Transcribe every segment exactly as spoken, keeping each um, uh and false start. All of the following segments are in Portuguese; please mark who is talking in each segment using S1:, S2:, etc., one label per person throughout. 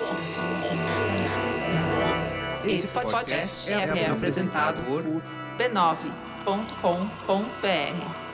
S1: Esse podcast é, é apresentado por b nove ponto com ponto b r.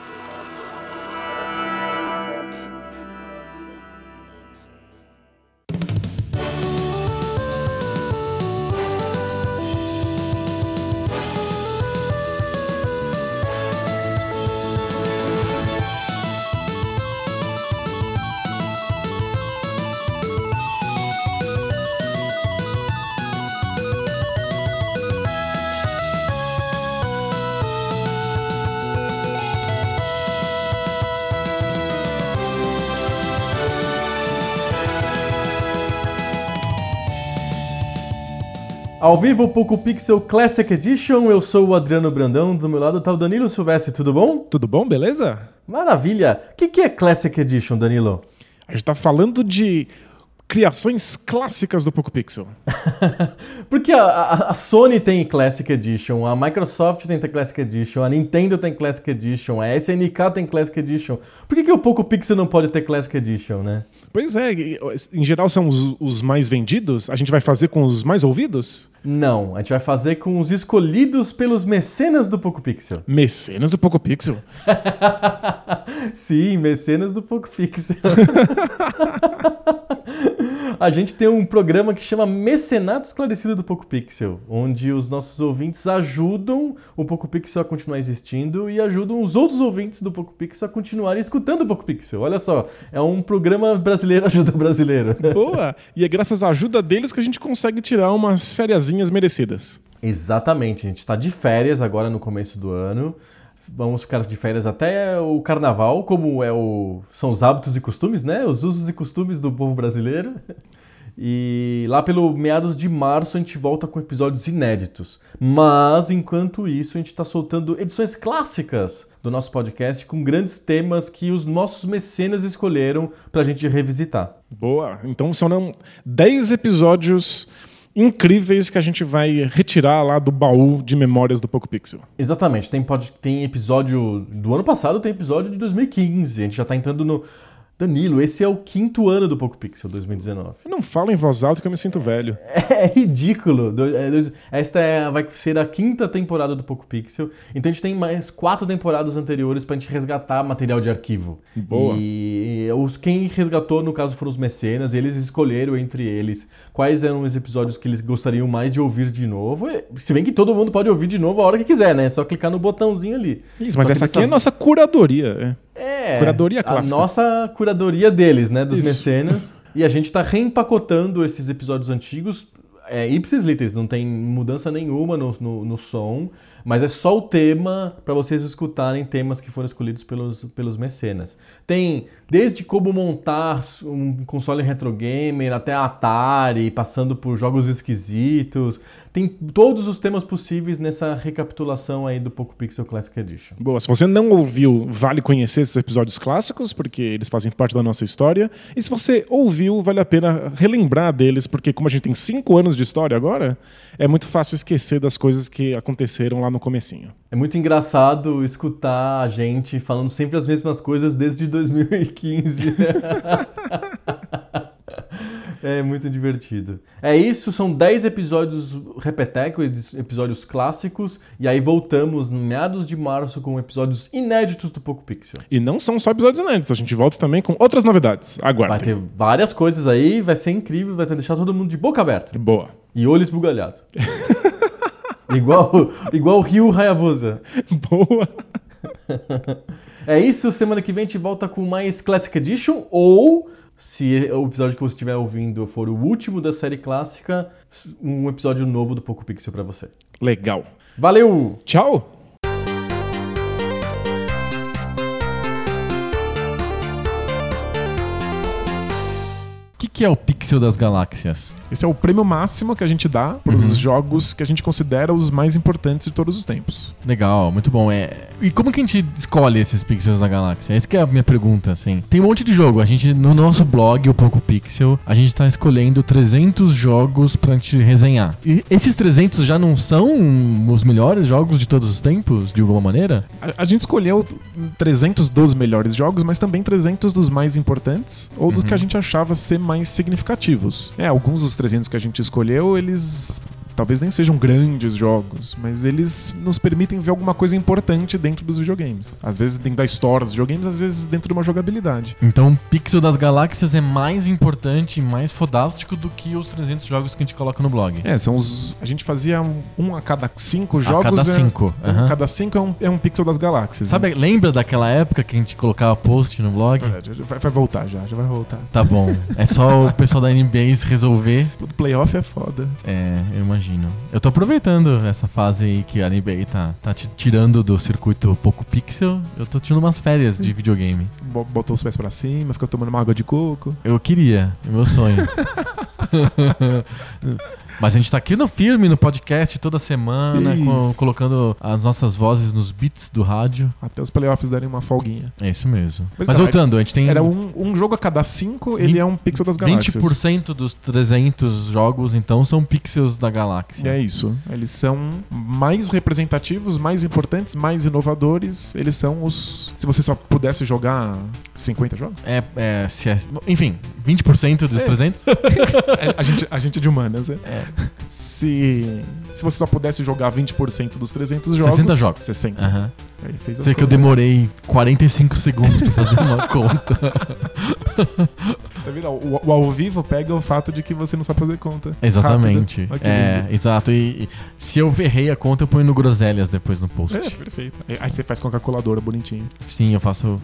S2: Ao vivo, Poco Pixel Classic Edition, eu sou o Adriano Brandão, do meu lado tá o Danilo Silvestre, tudo bom?
S3: Tudo bom, beleza?
S2: Maravilha! O que, que é Classic Edition, Danilo?
S3: A gente tá falando de criações clássicas do Poco Pixel.
S2: Porque a, a, a Sony tem Classic Edition, a Microsoft tem Classic Edition, a Nintendo tem Classic Edition, a S N K tem Classic Edition. Por que, que o Poco Pixel não pode ter Classic Edition, né?
S3: Pois é, em geral são os, os mais vendidos? A gente vai fazer com os mais ouvidos?
S2: Não, a gente vai fazer com os escolhidos pelos mecenas do Poco Pixel.
S3: Mecenas do Poco Pixel?
S2: Sim, mecenas do Poco Pixel. A gente tem um programa que chama Mecenato Esclarecido do Poco Pixel, onde os nossos ouvintes ajudam o Poco Pixel a continuar existindo e ajudam os outros ouvintes do Poco Pixel a continuarem escutando o Poco Pixel. Olha só, é um programa brasileiro ajuda brasileiro.
S3: Boa! E é graças à ajuda deles que a gente consegue tirar umas fériasinhas merecidas.
S2: Exatamente, a gente está de férias agora no começo do ano. Vamos ficar de férias até o carnaval, como é o... são os hábitos e costumes, né? Os usos e costumes do povo brasileiro. E lá pelo meados de março a gente volta com episódios inéditos. Mas, enquanto isso, a gente está soltando edições clássicas do nosso podcast com grandes temas que os nossos mecenas escolheram para a gente revisitar.
S3: Boa! Então são dez episódios incríveis que a gente vai retirar lá do baú de memórias do Poco Pixel.
S2: Exatamente. Tem, pode, tem episódio do ano passado, tem episódio de dois mil e quinze. A gente já está entrando no... Danilo, esse é o quinto ano do Poco Pixel, dois mil e dezenove.
S3: Não fala em voz alta que eu me sinto velho.
S2: É, é ridículo. Esta é, vai ser a quinta temporada do Poco Pixel. Então a gente tem mais quatro temporadas anteriores pra gente resgatar material de arquivo.
S3: Boa.
S2: E os, quem resgatou, no caso, foram os mecenas. E eles escolheram entre eles quais eram os episódios que eles gostariam mais de ouvir de novo. Se bem que todo mundo pode ouvir de novo a hora que quiser, né? É só clicar no botãozinho ali.
S3: Isso, mas essa aqui é a nossa curadoria.
S2: É,
S3: curadoria clássica.
S2: A nossa curadoria deles, né, dos
S3: Isso.
S2: mecenas. E a gente tá reempacotando esses episódios antigos, é, ipsis literis, não tem mudança nenhuma no, no, no som, mas é só o tema para vocês escutarem temas que foram escolhidos pelos, pelos mecenas. Tem desde como montar um console retro gamer até a Atari, passando por jogos esquisitos. Tem todos os temas possíveis nessa recapitulação aí do Poco Pixel Classic Edition.
S3: Boa, se você não ouviu, vale conhecer esses episódios clássicos, porque eles fazem parte da nossa história. E se você ouviu, vale a pena relembrar deles, porque como a gente tem cinco anos de história agora, é muito fácil esquecer das coisas que aconteceram lá no comecinho.
S2: É muito engraçado escutar a gente falando sempre as mesmas coisas desde dois mil e quinze. É muito divertido. É isso, são dez episódios repeteco, episódios clássicos, e aí voltamos em meados de março com episódios inéditos do Poco Pixel.
S3: E não são só episódios inéditos, a gente volta também com outras novidades. Aguardem.
S2: Vai ter várias coisas aí, vai ser incrível, vai deixar todo mundo de boca aberta.
S3: Boa.
S2: E olho esbugalhado. igual, igual o Ryu Hayabusa.
S3: Boa.
S2: É isso, semana que vem a gente volta com mais Classic Edition, ou... se o episódio que você estiver ouvindo for o último da série clássica, um episódio novo do Poco Pixel pra você.
S3: Legal.
S2: Valeu!
S3: Tchau!
S4: O que, que é o Pixel das Galáxias?
S3: Esse é o prêmio máximo que a gente dá para os uhum. jogos que a gente considera os mais importantes de todos os tempos.
S4: Legal, muito bom. É... E como que a gente escolhe esses Pixels da Galáxia? Essa que é a minha pergunta, assim. Tem um monte de jogo. A gente, no nosso blog, o Poco Pixel, a gente tá escolhendo trezentos jogos pra gente resenhar. E esses trezentos já não são os melhores jogos de todos os tempos, de alguma maneira?
S3: A, a gente escolheu trezentos dos melhores jogos, mas também trezentos dos mais importantes, ou dos uhum. que a gente achava ser mais mais significativos. É, alguns dos trezentos que a gente escolheu, eles talvez nem sejam grandes jogos, mas eles nos permitem ver alguma coisa importante dentro dos videogames. Às vezes dentro da história dos videogames, às vezes dentro de uma jogabilidade.
S4: Então o Pixel das Galáxias é mais importante e mais fodástico do que os trezentos jogos que a gente coloca no blog.
S3: É, são os... A gente fazia um, um a cada cinco jogos.
S4: A cada
S3: é,
S4: cinco.
S3: Um
S4: Uhum.
S3: a cada cinco é um, é um Pixel das Galáxias.
S4: Sabe,
S3: né?
S4: lembra daquela época que a gente colocava post no blog?
S3: Vai, vai voltar já, já vai voltar.
S4: Tá bom. É só o pessoal da N B A se resolver.
S3: Tudo playoff é foda.
S4: É, eu imagino. Eu tô aproveitando essa fase aí que a N B A tá, tá te tirando do circuito pouco pixel. Eu tô tirando umas férias de videogame.
S3: Botou os pés pra cima, fica tomando uma água de coco.
S4: Eu queria, é meu sonho. Mas a gente tá aqui no firme, no podcast, toda semana, com, colocando as nossas vozes nos beats do rádio.
S3: Até os playoffs darem uma folguinha.
S4: É isso mesmo.
S3: Mas,
S4: Mas
S3: não,
S4: voltando, a gente tem...
S3: Era um, um jogo a cada cinco, ele é um pixel das galáxias.
S4: vinte por cento dos trezentos jogos, então, são pixels da galáxia.
S3: É isso. Eles são mais representativos, mais importantes, mais inovadores. Eles são os... Se você só pudesse jogar cinquenta jogos?
S4: É, é, se é... Enfim, vinte por cento dos
S3: É.
S4: trezentos?
S3: a, gente, a gente é de humanas, né?
S4: É.
S3: Se, se você só pudesse jogar vinte por cento dos trezentos jogos...
S4: sessenta jogos.
S3: sessenta.
S4: Aham.
S3: Aí fez as
S4: Sei que eu
S3: contas.
S4: demorei quarenta e cinco segundos pra fazer uma conta.
S3: Tá vendo? O, o ao vivo pega o fato de que você não sabe fazer conta.
S4: Exatamente.
S3: Rápida. Olha que
S4: É,
S3: lindo.
S4: exato. E, e se eu errei a conta, eu ponho no Groselhas depois no post.
S3: É, perfeito. Aí você faz com a calculadora bonitinho.
S4: Sim, eu faço.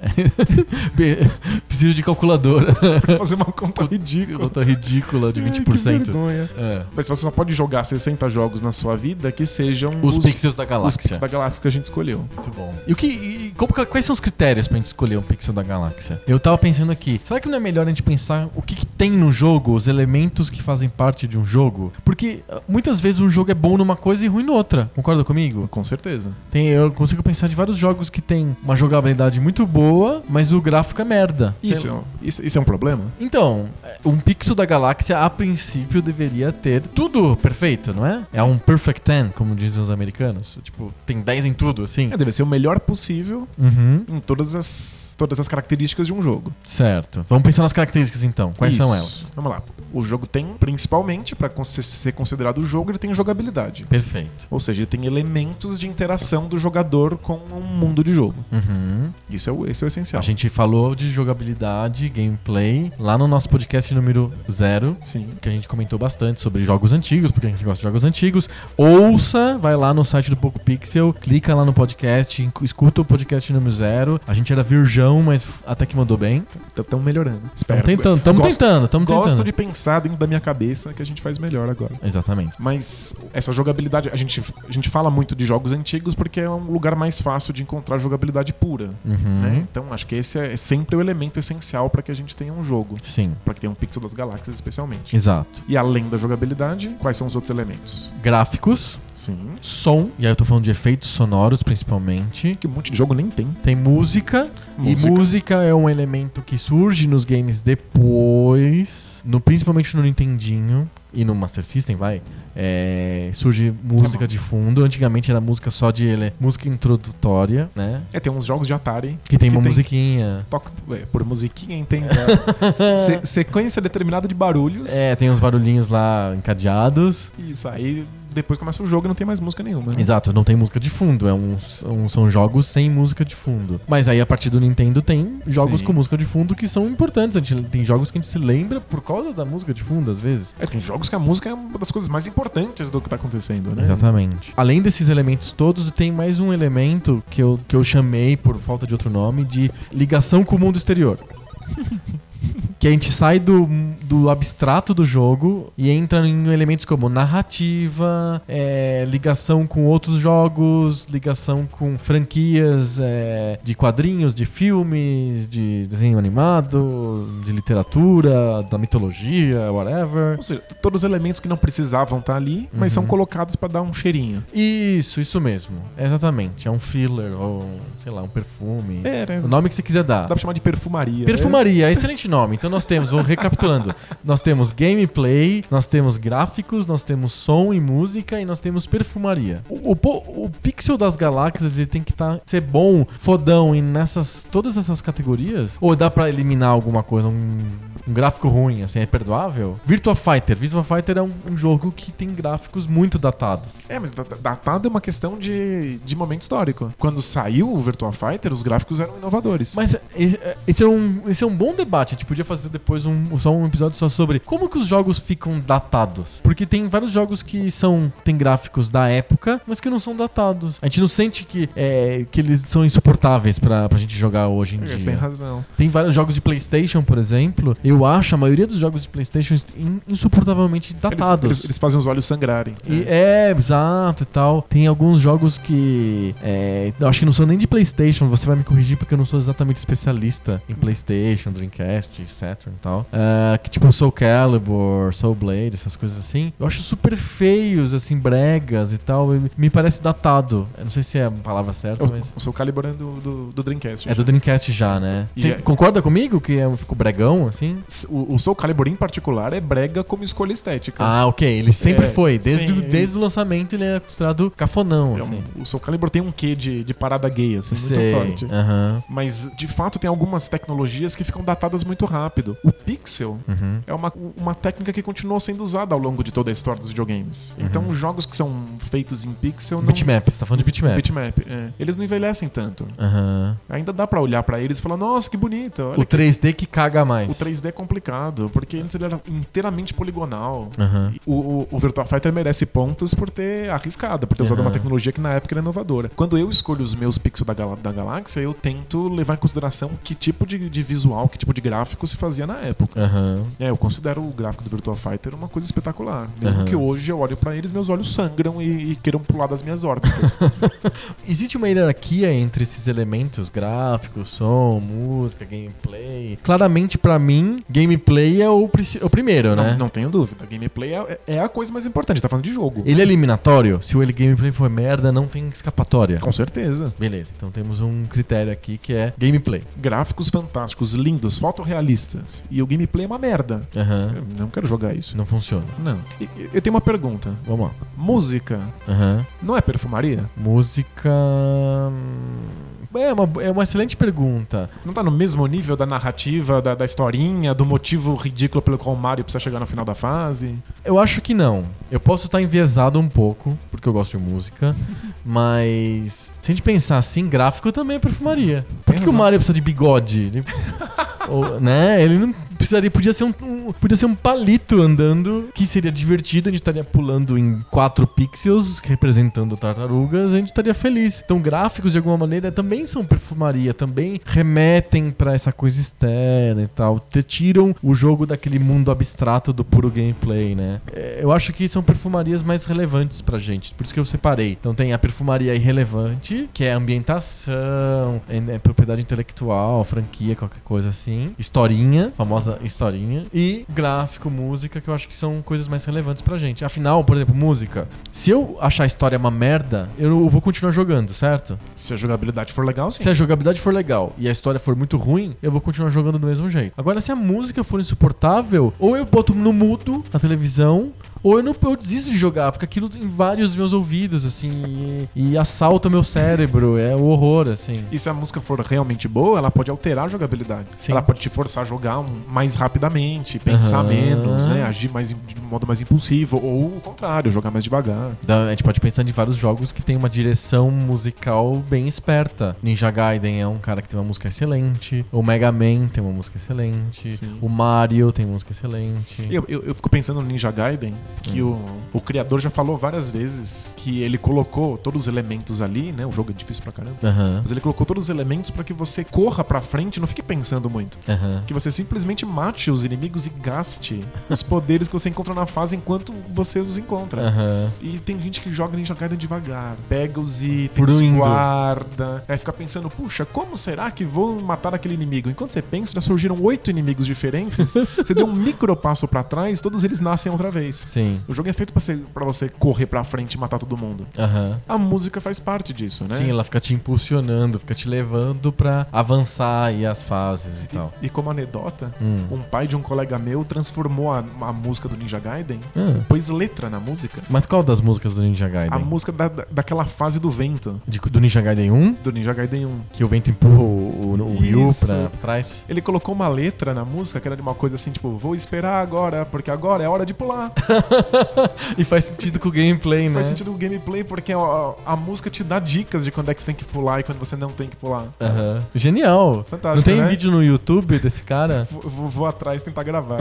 S4: Preciso de calculadora.
S3: Fazer uma conta ridícula.
S4: Conta ridícula de vinte por
S3: Ai,
S4: cento.
S3: que vergonha.
S4: É.
S3: Mas você só pode jogar sessenta jogos na sua vida que sejam
S4: Os,
S3: os,
S4: pixels da
S3: os
S4: galáxia.
S3: pixels da galáxia que a gente escolheu.
S4: Muito bom. E, o que, e como, quais são os critérios pra gente escolher um pixel da galáxia? Eu tava pensando aqui, será que não é melhor a gente pensar o que, que tem no jogo, os elementos que fazem parte de um jogo? Porque uh, muitas vezes um jogo é bom numa coisa e ruim noutra. Concorda comigo?
S3: Com certeza.
S4: Tem, eu consigo pensar de vários jogos que tem uma jogabilidade muito boa, mas o gráfico é merda.
S3: Isso,
S4: Sei
S3: é
S4: lá.
S3: um- isso, isso é um problema?
S4: Então, um pixel da galáxia, a princípio, deveria ter tudo perfeito, não é? É um perfect ten, como dizem os americanos. Tipo, tem dez em tudo, assim.
S3: É, deve ser o melhor possível
S4: Uhum.
S3: em todas as, todas as características de um jogo.
S4: Certo. Vamos pensar nas características, então. Quais são
S3: Isso.
S4: elas?
S3: Vamos lá. O jogo tem, principalmente, para ser considerado jogo, ele tem jogabilidade.
S4: Perfeito.
S3: Ou seja, ele tem elementos de interação do jogador com um mundo de jogo.
S4: Uhum.
S3: Isso é o, esse é o essencial.
S4: A gente falou de jogabilidade, gameplay, lá no nosso podcast número zero,
S3: Sim.
S4: que a gente comentou bastante sobre jogos antigos, porque a gente gosta de jogos antigos. Ouça, vai lá no site do Poco Pixel, clica lá no podcast, escuta o podcast número zero. A gente era virgão, mas até que mandou bem.
S3: Estão melhorando. Espero.
S4: Estamos tentando, estamos
S3: Gosto-
S4: tentando, estamos
S3: Gosto
S4: tentando.
S3: de pensar dentro da minha cabeça que a gente faz melhor agora.
S4: Exatamente.
S3: Mas essa jogabilidade, a gente, a gente fala muito de jogos antigos porque é um lugar mais fácil de encontrar jogabilidade pura.
S4: Uhum.
S3: Né? Então acho que esse é, é sempre o elemento essencial para que a gente tenha um jogo.
S4: Sim,
S3: Para que tenha um pixel das galáxias especialmente.
S4: exato.
S3: E além da jogabilidade, quais são os outros elementos?
S4: Gráficos,
S3: Sim.
S4: som, e aí eu tô falando de efeitos sonoros principalmente.
S3: Que um monte de jogo nem tem.
S4: Tem música,
S3: Música.
S4: e música é um elemento que surge nos games depois, no, principalmente no Nintendinho e no Master System, vai. É, surge música de fundo. Antigamente era música só de ele, música introdutória, né?
S3: É, tem uns jogos de Atari
S4: Que tem
S3: que
S4: uma
S3: tem-
S4: musiquinha.
S3: toca, é, por musiquinha entende? Se, sequência determinada de barulhos.
S4: É, tem uns barulhinhos lá encadeados.
S3: Isso aí depois começa o jogo e não tem mais música nenhuma. Né?
S4: Exato, não tem música de fundo. É um, um- são jogos sem música de fundo. Mas aí, a partir do Nintendo, tem jogos
S3: Sim.
S4: com música de fundo que são importantes. A gente, tem jogos que a gente se lembra por causa da música de fundo, às vezes.
S3: É, tem jogos que a música é uma das coisas mais importantes do que tá acontecendo, né?
S4: Exatamente. Além desses elementos todos, tem mais um elemento que eu, que eu chamei, por falta de outro nome, de ligação com o mundo exterior. Que a gente sai do, do abstrato do jogo e entra em elementos como narrativa, é, ligação com outros jogos, ligação com franquias é, de quadrinhos, de filmes, de desenho animado, de literatura, da mitologia, whatever.
S3: Ou seja, todos os elementos que não precisavam estar ali, mas
S4: Uhum.
S3: são colocados pra dar um cheirinho.
S4: Isso, isso mesmo. Exatamente. É um filler ou, sei lá, um perfume.
S3: É, né?
S4: O nome que você quiser dar.
S3: Dá pra chamar de perfumaria.
S4: Perfumaria, excelente nome. Então nós temos, vou recapitulando, nós temos gameplay, nós temos gráficos, nós temos som e música e nós temos perfumaria. O, o, po- o Pixel das Galáxias ele tem que tá, ser bom, fodão em nessas, todas essas categorias? Ou dá pra eliminar alguma coisa? Um, um gráfico ruim, assim, é perdoável? Virtua Fighter. Virtua Fighter é um, um jogo que tem gráficos muito datados.
S3: É, mas datado é uma questão de, de momento histórico. Quando saiu o Virtua Fighter, os gráficos eram inovadores.
S4: Mas esse é um, esse é um bom debate. A gente podia fazer depois um, só um episódio só sobre como que os jogos ficam datados. Porque tem vários jogos que são tem gráficos da época, mas que não são datados. A gente não sente que, é, que eles são insuportáveis pra, pra gente jogar hoje em
S3: Eles
S4: dia.
S3: têm razão.
S4: Tem vários jogos de PlayStation, por exemplo. Eu acho a maioria dos jogos de PlayStation insuportavelmente datados.
S3: Eles, eles, eles fazem os olhos sangrarem.
S4: E, é, exato e tal. Tem alguns jogos que é, eu acho que não são nem de PlayStation. Você vai me corrigir porque eu não sou exatamente especialista em PlayStation, Dreamcast, Saturn e tal. É, que tipo Soul Calibur, Soul Blade, essas coisas assim. Eu acho super feios, assim, bregas e tal. Me parece datado. Eu não sei se é a palavra certa,
S3: O,
S4: mas...
S3: o Soul Calibur é do, do, do Dreamcast.
S4: É do Dreamcast já, né? Você
S3: é...
S4: concorda comigo que é, ficou bregão, assim?
S3: O, o Soul Calibur em particular é brega como escolha estética.
S4: Ah, ok. Ele sempre
S3: é,
S4: foi. Desde,
S3: sim,
S4: o, desde
S3: ele...
S4: o lançamento ele é considerado cafonão,
S3: é
S4: assim.
S3: um, o Soul Calibur tem um quê de, de parada gay, assim,
S4: Sei.
S3: muito forte.
S4: Uhum.
S3: Mas, de fato, tem algumas tecnologias que ficam datadas muito rápido. O pixel
S4: Uhum.
S3: é uma, uma técnica que continuou sendo usada ao longo de toda a história dos videogames. Uhum. Então, os jogos que são feitos em pixel... Não...
S4: Bitmap, você tá falando de bitmap.
S3: Bitmap, é. Eles não envelhecem tanto.
S4: Uhum.
S3: Ainda dá pra olhar pra eles e falar, nossa, que bonito. Olha
S4: O
S3: que...
S4: três D que caga mais.
S3: O três D é complicado, porque antes ele era inteiramente poligonal.
S4: Uhum.
S3: O, o, o Virtua Fighter merece pontos por ter arriscado, por ter usado
S4: Uhum.
S3: uma tecnologia que na época era inovadora. Quando eu escolho os meus pixels da, gal da galáxia, eu tento levar em consideração que tipo de, de visual, que tipo de gráfico se fazia na época.
S4: Uhum.
S3: É, eu considero o gráfico do Virtua Fighter uma coisa espetacular. Mesmo
S4: Uhum.
S3: que hoje eu olho pra eles, meus olhos sangram e, e queiram pular das minhas órbitas.
S4: Existe uma hierarquia entre esses elementos gráficos, som, música, gameplay. Claramente, pra mim, gameplay é o, o primeiro,
S3: não,
S4: né?
S3: não tenho dúvida. Gameplay é, é a coisa mais importante. Tá falando de jogo.
S4: Ele é eliminatório? Se o gameplay for merda, não tem escapatória.
S3: Com certeza.
S4: Beleza, então temos um critério aqui que é gameplay.
S3: Gráficos fantásticos, lindos, fotorrealistas. E o gameplay é uma merda.
S4: Uhum.
S3: Eu não quero jogar isso.
S4: Não funciona.
S3: Não. E, eu tenho uma pergunta.
S4: Vamos lá.
S3: Música
S4: Uhum.
S3: não é perfumaria?
S4: Música... É uma, é uma excelente pergunta.
S3: Não tá no mesmo nível da narrativa, da, da historinha, do motivo ridículo pelo qual o Mario precisa chegar no final da fase?
S4: Eu acho que não. Eu posso estar enviesado um pouco, porque eu gosto de música, mas se a gente pensar assim, gráfico também é perfumaria. Por que, que o Mario precisa de bigode? Ele... Ou, né? Ele não precisaria, podia ser um, um, podia ser um palito andando, que seria divertido, a gente estaria pulando em quatro pixels, representando tartarugas, a gente estaria feliz. Então gráficos, de alguma maneira, também são perfumaria, também remetem pra essa coisa externa e tal, te tiram o jogo daquele mundo abstrato do puro gameplay, né? Eu acho que são perfumarias mais relevantes pra gente, por isso que eu separei. Então tem a perfumaria irrelevante, que é ambientação, é, é propriedade intelectual, franquia, qualquer coisa assim, historinha, famosa historinha, e gráfico, música, que eu acho que são coisas mais relevantes pra gente. Afinal, por exemplo, música. Se eu achar a história uma merda, eu vou continuar jogando, certo?
S3: Se a jogabilidade for legal, sim.
S4: Se a jogabilidade for legal e a história for muito ruim, eu vou continuar jogando do mesmo jeito. Agora, se a música for insuportável, ou eu boto no mudo na televisão, ou eu, não, eu desisto de jogar, porque aquilo invade os meus ouvidos, assim, e, e assalta o meu cérebro. É o horror, assim.
S3: E se a música for realmente boa, ela pode alterar a jogabilidade.
S4: Sim.
S3: Ela pode te forçar a jogar um, mais rapidamente, pensar
S4: Uhum.
S3: menos, né? Agir mais, de modo mais impulsivo. Ou o contrário, jogar mais devagar.
S4: A gente pode pensar em vários jogos que tem uma direção musical bem esperta. Ninja Gaiden é um cara que tem uma música excelente. O Mega Man tem uma música excelente.
S3: Sim.
S4: O Mario tem uma música excelente.
S3: Eu, eu, eu fico pensando no Ninja Gaiden, que hum. o, o criador já falou várias vezes que ele colocou todos os elementos ali, né? O jogo é difícil pra caramba.
S4: Uhum.
S3: Mas ele colocou todos os elementos pra que você corra pra frente e não fique pensando muito.
S4: Uhum.
S3: Que você simplesmente mate os inimigos e gaste os poderes que você encontra na fase enquanto você os encontra.
S4: Uhum.
S3: E tem gente que joga Ninja Gaiden devagar, pega os itens,
S4: Fruindo.
S3: guarda, aí fica pensando, puxa, como será que vou matar aquele inimigo? Enquanto você pensa, já surgiram oito inimigos diferentes, você deu um micro passo pra trás, todos eles nascem outra vez.
S4: Sim.
S3: O jogo é feito pra você, pra você correr pra frente e matar todo mundo.
S4: Aham.
S3: A música faz parte disso, né?
S4: Sim, ela fica te impulsionando, fica te levando pra avançar aí as fases e, tal.
S3: E como anedota,
S4: Hum.
S3: um pai de um colega meu transformou a, a música do Ninja Gaiden,
S4: Ah.
S3: pôs letra na música.
S4: Mas qual das músicas do Ninja Gaiden?
S3: A música da, da- daquela fase do vento,
S4: De- do Ninja Gaiden um?
S3: do Ninja Gaiden um.
S4: Que o vento empurra o, o, o Ryu
S3: Isso.
S4: pra trás?
S3: Ele colocou uma letra na música que era de uma coisa assim, tipo, vou esperar agora, porque agora é hora de pular.
S4: E faz sentido com o gameplay, né?
S3: Faz sentido o gameplay, porque a, a música te dá dicas de quando é que você tem que pular e quando você não tem que pular.
S4: Aham. Genial.
S3: Fantástico,
S4: Não tem
S3: né?
S4: vídeo no YouTube desse cara?
S3: Vou, vou- vou atrás tentar gravar.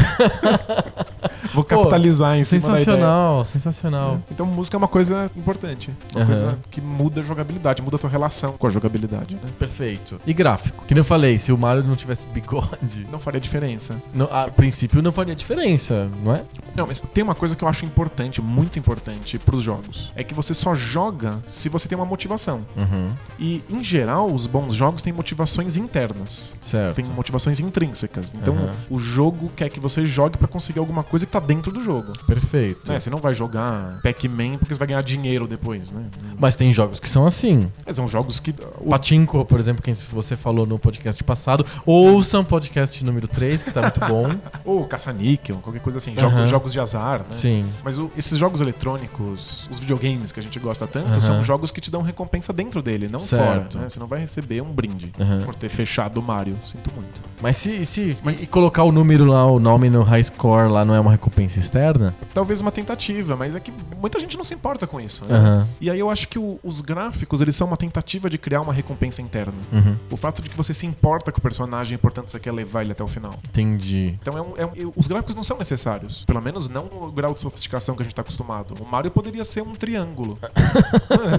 S3: Vou capitalizar em cima da ideia.
S4: Sensacional, sensacional.
S3: Então música é uma coisa importante. Uma
S4: Aham.
S3: coisa que muda a jogabilidade, muda a tua relação com a jogabilidade, né?
S4: Perfeito. E gráfico? Que nem eu falei, se o Mario não tivesse bigode,
S3: Não faria diferença.
S4: não- a princípio não faria diferença, não é?
S3: Não, mas tem uma coisa que eu acho importante, muito importante pros jogos. É que você só joga se você tem uma motivação.
S4: Uhum.
S3: E, em geral, os bons jogos têm motivações internas.
S4: Certo.
S3: Tem motivações intrínsecas. Então,
S4: Aham.
S3: o jogo quer que você jogue pra conseguir alguma coisa que tá dentro do jogo.
S4: Perfeito.
S3: Né? Você não vai jogar Pac-Man porque você vai ganhar dinheiro depois, né?
S4: Mas tem jogos que são assim.
S3: Mas são jogos que...
S4: O Pachinko, por exemplo, que você falou no podcast passado. Ouçam o podcast número três, que tá muito bom.
S3: Ou caça-níquel, qualquer coisa assim.
S4: Aham.
S3: Jogos, jogos de azar, né?
S4: Sim.
S3: Mas o- esses jogos eletrônicos, os videogames que a gente gosta tanto,
S4: Aham.
S3: são jogos que te dão recompensa dentro dele, não
S4: Certo.
S3: fora. Né? Você não vai receber um brinde
S4: Aham.
S3: por ter fechado o Mario. Sinto muito.
S4: Mas se, se
S3: Mas-
S4: e colocar o número lá, o nome no high score lá não é uma recompensa externa?
S3: Talvez uma tentativa, mas é que muita gente não se importa com isso. Né?
S4: Aham.
S3: E aí eu acho que o- os gráficos, eles são uma tentativa de criar uma recompensa interna.
S4: Uhum.
S3: O fato de que você se importa com o personagem e, portanto, você quer levar ele até o final.
S4: Entendi.
S3: Então, é um- é um- os gráficos não são necessários. Pelo menos não no grau de sofisticação que a gente tá acostumado. O Mario poderia ser um triângulo. É.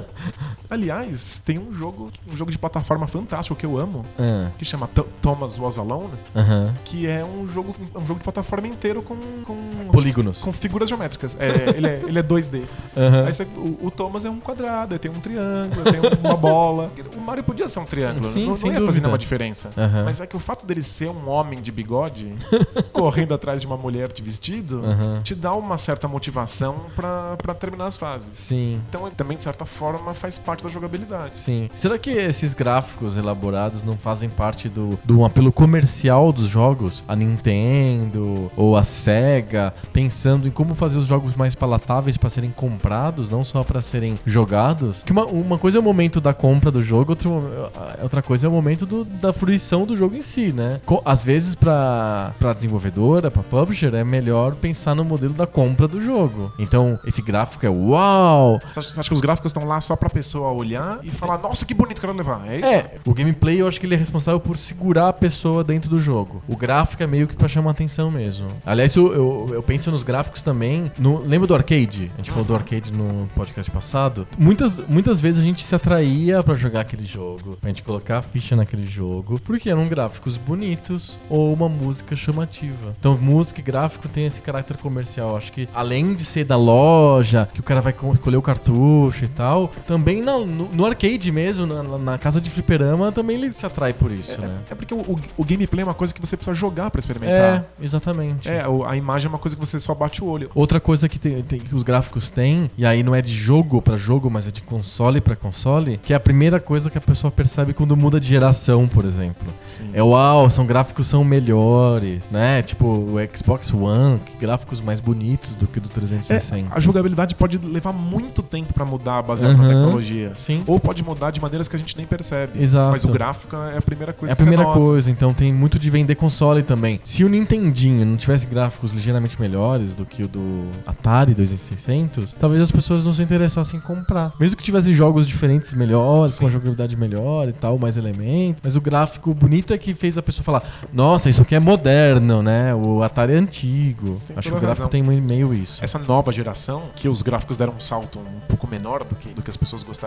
S3: Aliás, tem um jogo, um jogo de plataforma fantástico que eu amo,
S4: Ah,
S3: que chama Th- Thomas Was Alone,
S4: Aham.
S3: que é um jogo, um jogo de plataforma inteiro com, com,
S4: Polígonos.
S3: com figuras geométricas. É, ele, é, ele é dois D.
S4: Aham.
S3: Aí você- o, o Thomas é um quadrado, aí tem um triângulo, aí tem uma bola. O Mario podia ser um triângulo,
S4: Sim,
S3: não,
S4: sem
S3: não ia fazer
S4: dúvida.
S3: nenhuma diferença.
S4: Aham.
S3: Mas é que o fato dele ser um homem de bigode, correndo atrás de uma mulher de vestido,
S4: Aham.
S3: te dá uma certa motivação pra, pra terminar as fases.
S4: Sim.
S3: Então ele também, de certa forma, faz parte da jogabilidade.
S4: Sim. Será que esses gráficos elaborados não fazem parte do, do apelo comercial dos jogos? A Nintendo ou a Sega pensando em como fazer os jogos mais palatáveis para serem comprados, não só para serem jogados? Que uma, uma coisa é o momento da compra do jogo, outra, outra coisa é o momento do, da fruição do jogo em si, né? Co- Às vezes para para desenvolvedora, para publisher, é melhor pensar no modelo da compra do jogo. Então, esse gráfico é uau!
S3: Você acha, você acha que os gráficos estão lá só pra pessoa olhar e falar, nossa, que bonito, quero levar? É isso?
S4: É, o gameplay eu acho que ele é responsável por segurar a pessoa dentro do jogo. O gráfico é meio que pra chamar atenção mesmo. Aliás, eu, eu, eu penso nos gráficos também. No, lembra do arcade? A gente falou do arcade no podcast passado. Muitas, muitas vezes a gente se atraía pra jogar aquele jogo, pra gente colocar a ficha naquele jogo, porque eram gráficos bonitos ou uma música chamativa. Então, música e gráfico tem esse caráter comercial. Acho que além de ser da loja, que o cara vai co- escolher o cartucho e tal, também na- no, no arcade mesmo, na, na casa de fliperama, também ele se atrai por isso, né?
S3: É porque o, o, o gameplay é uma coisa que você precisa jogar pra
S4: É,
S3: experimentar.
S4: exatamente.
S3: É, o- a imagem é uma coisa que você só bate o olho.
S4: Outra coisa que, tem, tem- que os gráficos têm, e aí não é de jogo pra jogo, mas é de console pra console, que é a primeira coisa que a pessoa percebe quando muda de geração, por exemplo.
S3: Sim.
S4: É uau, são gráficos são melhores, né? Tipo o Xbox One, que gráficos mais bonitos do que o do trezentos e
S3: É,
S4: sessenta.
S3: a jogabilidade pode levar muito tempo pra mudar baseado na
S4: Aham.
S3: tecnologia.
S4: Sim.
S3: Ou pode mudar de maneiras que a gente nem percebe.
S4: Exato.
S3: Mas o gráfico é a primeira coisa
S4: É a
S3: que você
S4: primeira
S3: nota.
S4: coisa, então tem muito de vender console também. Se o Nintendinho não tivesse gráficos ligeiramente melhores do que o do Atari dois mil e seiscentos, talvez as pessoas não se interessassem em comprar. Mesmo que tivessem jogos diferentes melhores,
S3: Sim.
S4: com a jogabilidade melhor e tal, mais elementos. Mas o gráfico bonito é que fez a pessoa falar: nossa, isso aqui é moderno, né? O Atari é antigo.
S3: Tem
S4: Acho que
S3: toda
S4: o gráfico
S3: razão.
S4: tem meio isso.
S3: Essa nova geração, que os gráficos deram um salto um pouco menor do que, do que as pessoas gostariam,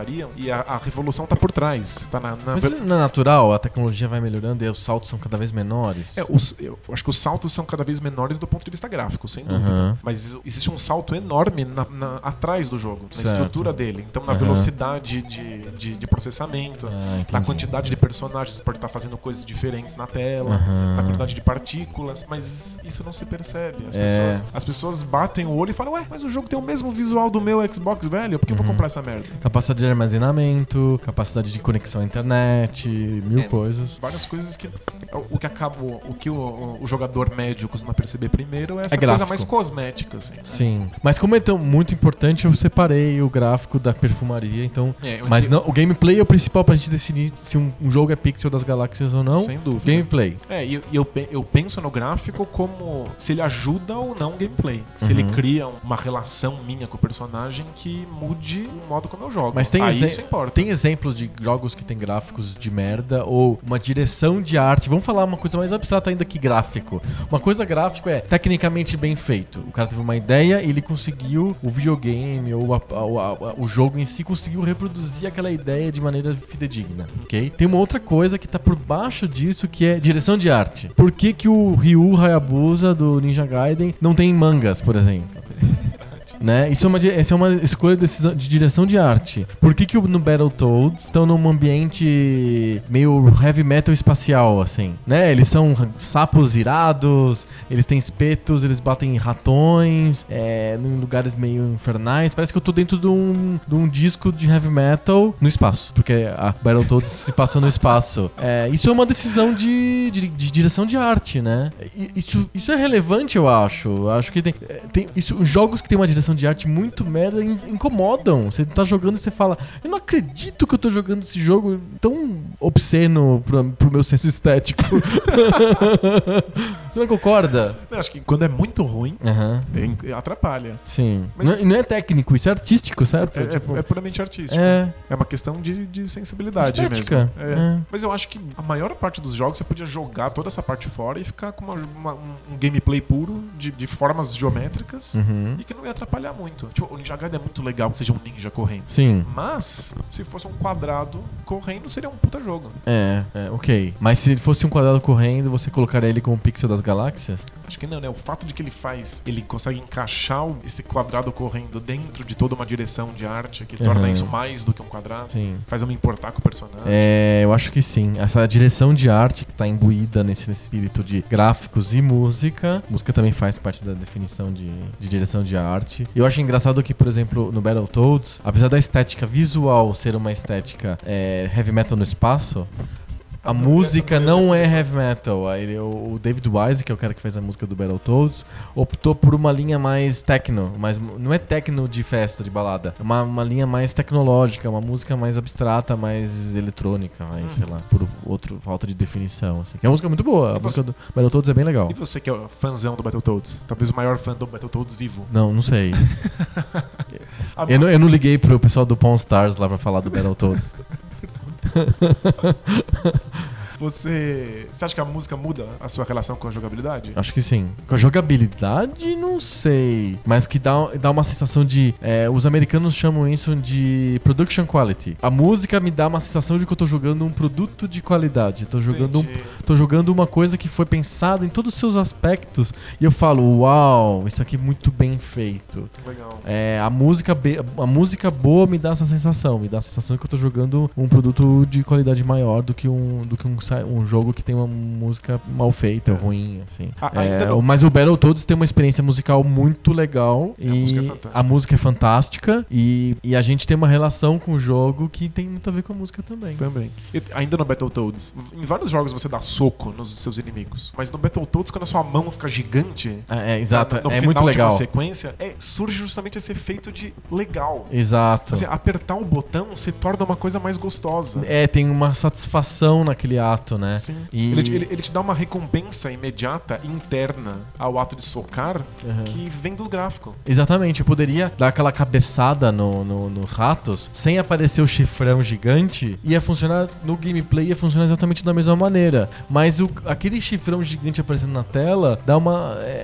S3: variam e a, a revolução tá por trás. Tá na, na...
S4: Mas não é natural? A tecnologia vai melhorando e os saltos são cada vez menores?
S3: É, os, eu acho que os saltos são cada vez menores do ponto de vista gráfico, sem dúvida.
S4: Uhum.
S3: Mas existe um salto enorme na, na, atrás do jogo, na
S4: Certo.
S3: estrutura dele. Então, na
S4: Uhum.
S3: velocidade de, de, de processamento,
S4: Ah,
S3: na
S4: entendi.
S3: quantidade de personagens, você pode estar fazendo coisas diferentes na tela,
S4: Uhum.
S3: na quantidade de partículas, mas isso não se percebe. As,
S4: É.
S3: pessoas, as pessoas batem o olho e falam, ué, mas o jogo tem o mesmo visual do meu Xbox velho, por que eu vou
S4: Uhum.
S3: comprar essa merda?
S4: Capacidade de armazenamento, capacidade de conexão à internet, mil
S3: É.
S4: coisas.
S3: Várias coisas que o que acaba, o que o, o jogador médio costuma perceber primeiro é essa
S4: É
S3: coisa
S4: gráfico.
S3: mais cosmética, assim. né?
S4: Sim. Mas como é tão muito importante, eu separei o gráfico da perfumaria, então...
S3: É, eu
S4: Mas
S3: entendo.
S4: não, o gameplay é o principal pra gente decidir se um, um jogo é Pixel das Galáxias ou não.
S3: Sem dúvida.
S4: Gameplay.
S3: É, e e eu, pe- eu penso no gráfico como se ele ajuda ou não o gameplay. Se
S4: Uhum.
S3: ele cria uma relação minha com o personagem que mude o modo como eu jogo.
S4: Mas tem,
S3: Aí
S4: exe-
S3: isso importa.
S4: tem exemplos de jogos que tem gráficos de merda ou uma direção de arte. Vamos falar uma coisa mais abstrata ainda que gráfico. Uma coisa gráfico é tecnicamente bem feito. O cara teve uma ideia e ele conseguiu, o videogame ou a- a- a- o jogo em si conseguiu reproduzir aquela ideia de maneira fidedigna, ok? Tem uma outra coisa que tá por baixo disso que é direção de arte. Por que que o Ryu Hayabusa do Ninja Gaiden não tem mangas, por exemplo? Né? Isso é uma, di- essa é uma escolha de, decisão, de direção de arte. Por que, que o- no Battletoads estão num ambiente meio heavy metal espacial, assim? Né? Eles são sapos irados, eles têm espetos, eles batem em ratões, é, em lugares meio infernais. Parece que eu tô dentro de um, de um disco de heavy metal no espaço, porque a Battletoads se passa no espaço. É, isso é uma decisão de, de, de direção de arte, né? E- Isso, isso é relevante, eu acho. Eu acho que tem, é, tem isso, os jogos que tem uma direção de arte muito merda in- incomodam. Você tá jogando e você fala, eu não acredito que eu tô jogando esse jogo tão obsceno pro, pro meu senso estético. Você não concorda?
S3: Eu acho que quando é muito ruim,
S4: Aham.
S3: é- atrapalha.
S4: Sim.
S3: Mas-
S4: Não, é- não é técnico, isso é artístico, certo?
S3: É, é-
S4: Tipo,
S3: é puramente artístico.
S4: é.
S3: É uma questão de, de sensibilidade
S4: Estética.
S3: mesmo. É.
S4: É.
S3: Mas eu acho que a maior parte dos jogos você podia jogar toda essa parte fora e ficar com uma- uma- um, um gameplay puro de, de formas geométricas
S4: Uhum.
S3: e que não ia atrapalhar muito. Tipo, o Ninja Gaiden é muito legal que seja um ninja correndo.
S4: Sim.
S3: Mas, se fosse um quadrado correndo, seria um puta jogo.
S4: É, é, ok. Mas se ele fosse um quadrado correndo, você colocaria ele como um pixel das galáxias?
S3: Acho que não, né? O fato de que ele faz, ele consegue encaixar o- esse quadrado correndo dentro de toda uma direção de arte que torna
S4: Uhum.
S3: isso mais do que um quadrado.
S4: Sim.
S3: Faz eu me importar com o personagem.
S4: É, eu acho que sim. Essa direção de arte que tá imbuída nesse, nesse espírito de gráficos e música. Música também faz parte da definição de, de direção de arte. Eu acho engraçado que, por exemplo, no Battletoads, apesar da estética visual ser uma estética é, heavy metal no espaço, a música não é heavy metal. Aí ele- o David Wise, que é o cara que fez a música do Battletoads, optou por uma linha mais techno, mas não é techno de festa, de balada. É uma, uma linha mais tecnológica, uma música mais abstrata, mais eletrônica, aí, sei lá, por outro falta de definição. Assim. Que é uma música muito boa. A
S3: E
S4: música
S3: você-
S4: do Battletoads é bem legal.
S3: E você que é o fãzão do Battletoads? Talvez o maior fã do Battletoads vivo.
S4: Não, não sei.
S3: A-
S4: Eu não, eu não liguei pro pessoal do Pawn Stars lá pra falar do Battletoads.
S3: Você, você acha que a música muda a sua relação com a jogabilidade?
S4: Acho que sim. Com a jogabilidade, não sei. Mas que dá, dá uma sensação de... é, os americanos chamam isso de production quality. A música me dá uma sensação de que eu tô jogando um produto de qualidade. Tô jogando, um,
S3: Entendi.
S4: tô jogando uma coisa que foi pensada em todos os seus aspectos. E eu falo, uau, isso aqui é muito bem feito.
S3: Legal.
S4: É, a, música be- a música boa me dá essa sensação. Me dá a sensação de que eu tô jogando um produto de qualidade maior do que um, do que um, sa- um jogo que tem uma música mal feita,
S3: É.
S4: ruim, assim.
S3: Ah,
S4: É,
S3: ainda não-
S4: mas o Battletoads tem uma experiência musical muito legal.
S3: A
S4: E
S3: música é fantástica.
S4: a música é fantástica. E, e a gente tem uma relação com o jogo que tem muito a ver com a música também.
S3: Também. E ainda no Battletoads, em vários jogos você dá soco nos seus inimigos. Mas no Battletoads, quando a sua mão fica gigante,
S4: É, é, exato,
S3: no, no
S4: é
S3: final
S4: muito
S3: de
S4: legal.
S3: uma sequência, é, surge justamente esse efeito de legal.
S4: Exato.
S3: Assim, apertar o botão se torna uma coisa mais gostosa.
S4: É, tem uma satisfação naquele ato, né?
S3: Sim.
S4: E-
S3: Ele, te- ele- ele te dá uma recompensa imediata, interna, ao ato de socar,
S4: Uhum.
S3: que vem do gráfico.
S4: Exatamente, eu poderia dar aquela cabeçada no, no- nos ratos sem aparecer o chifrão gigante, ia funcionar no gameplay, ia funcionar exatamente da mesma maneira. Mas o, aquele chifrão gigante aparecendo na tela dá uma. é,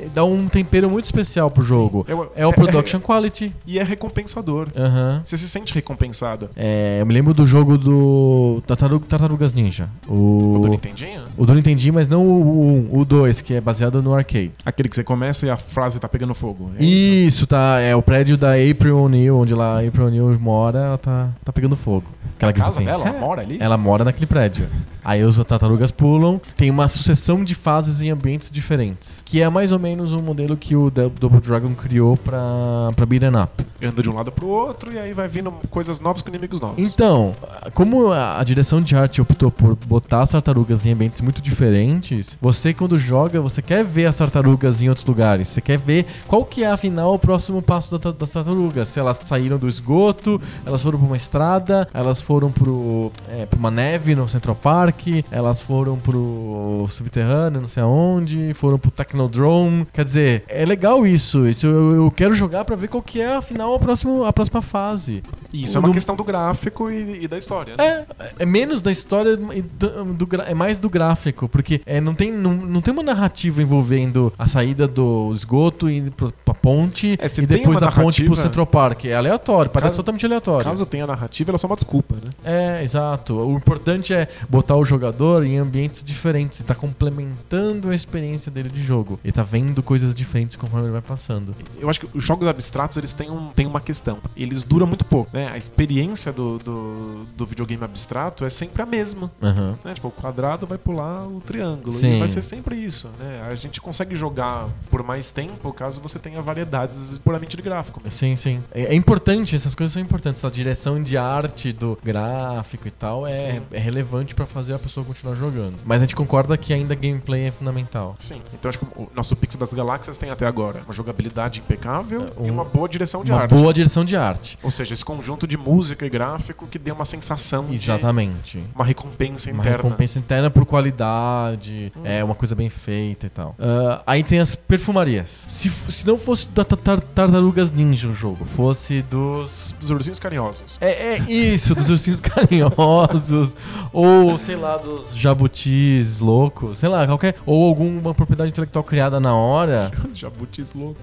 S4: dá um tempero muito especial pro jogo.
S5: É o-
S4: É o
S5: é-
S4: production quality.
S5: E é recompensador.
S4: Aham.
S5: Você se sente recompensado.
S4: É, eu me lembro do jogo do Tartaru- Tartarugas Ninja. O,
S5: O do Nintendinho?
S4: o do Nintendinho, mas não o um, o dois, que é baseado no arcade.
S5: Aquele que você começa e a frase tá pegando fogo. É isso?
S4: Isso, tá. É o prédio da April O'Neil, onde lá a April O'Neil mora, ela tá, tá pegando fogo. Aquela
S5: A
S4: grita
S5: casa
S4: assim,
S5: dela?
S4: "É".
S5: Ela mora ali?
S4: Ela mora naquele prédio. Aí os tartarugas pulam, tem uma sucessão de fases em ambientes diferentes. Que é mais ou menos o modelo que o Dou- Double Dragon criou pra, pra beat'em up.
S5: Anda de um lado pro outro e aí vai vindo coisas novas com inimigos novos.
S4: Então, como a, a direção de arte optou por botar as tartarugas em ambientes muito diferentes, você quando joga, você quer ver as tartarugas em outros lugares. Você quer ver qual que é, afinal, o próximo passo da ta- das tartarugas. Se elas saíram do esgoto, elas foram pra uma estrada, elas foram pro, é, pra uma neve no Central Park, elas foram pro subterrâneo, não sei aonde, foram pro Technodrome. Quer dizer, é legal isso. Isso eu, eu quero jogar pra ver qual que é, afinal, a próxima, a próxima fase.
S5: Isso é uma
S4: No-
S5: questão do gráfico e, e da história. Né?
S4: É, é menos da história, e do, do gra- é mais do gráfico, porque é, não, tem, não, não tem uma narrativa envolvendo a saída do esgoto e indo pro- pra ponte
S5: É, se
S4: e
S5: tem
S4: depois
S5: uma
S4: da ponte pro
S5: narrativa-
S4: Central Park. É aleatório, parece
S5: Caso-
S4: totalmente aleatório.
S5: Caso tenha narrativa, ela é só uma desculpa, né?
S4: É, exato. O importante é botar o jogador em ambientes diferentes e tá complementando a experiência dele de jogo. E tá vendo coisas diferentes conforme ele vai passando.
S5: Eu acho que os jogos abstratos, eles têm, um, têm uma questão. Eles duram muito pouco, né? A experiência do, do, do videogame abstrato é sempre a mesma.
S4: Aham.
S5: Né? Tipo, o quadrado vai pular o triângulo.
S4: Sim.
S5: E vai ser sempre isso, né? A gente consegue jogar por mais tempo caso você tenha variedades puramente de gráfico. mesmo.
S4: Sim, sim. É, é importante, essas coisas são importantes. A direção de arte do gráfico e tal é,
S5: Sim.
S4: é relevante pra fazer a pessoa continuar jogando. Mas a gente concorda que ainda gameplay é fundamental.
S5: Sim. Então acho que o nosso Pixel das Galáxias tem até agora uma jogabilidade impecável
S4: É, um-
S5: e uma boa direção de
S4: Uma
S5: arte.
S4: boa direção de arte.
S5: Ou seja, esse conjunto de música e gráfico que dê uma sensação
S4: Exatamente.
S5: de uma recompensa
S4: Uma
S5: interna.
S4: recompensa interna por qualidade,
S5: Hum.
S4: é uma coisa bem feita e tal. Ah, aí tem as perfumarias. Se, f- se não fosse da tar- tar- Tartarugas Ninja o jogo, fosse dos.
S5: Dos ursinhos carinhosos.
S4: É, é isso, dos ursinhos carinhosos, ou sei lá, dos jabutis loucos, sei lá, qualquer. Ou alguma propriedade intelectual criada na hora.
S5: Os jabutis loucos.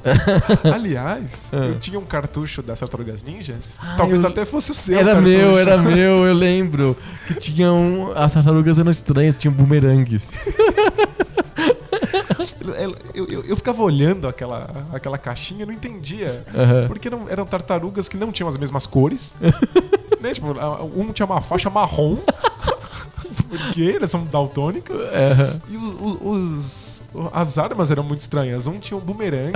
S5: Aliás, eu tinha um cartucho das Tartarugas Ninjas.
S4: Ah,
S5: Talvez
S4: eu-
S5: até fosse o seu.
S4: Era
S5: cartucho.
S4: meu, era meu, eu lembro. Que tinham. As tartarugas eram estranhas, tinham bumerangues.
S5: Eu, eu, eu- eu ficava olhando aquela, aquela caixinha e não entendia.
S4: Aham.
S5: Porque eram, eram tartarugas que não tinham as mesmas cores. Né? Tipo, a- um tinha uma faixa marrom. Porque elas são daltônicas.
S4: Aham.
S5: E os, os- os- as armas eram muito estranhas. Um tinha um bumerangue.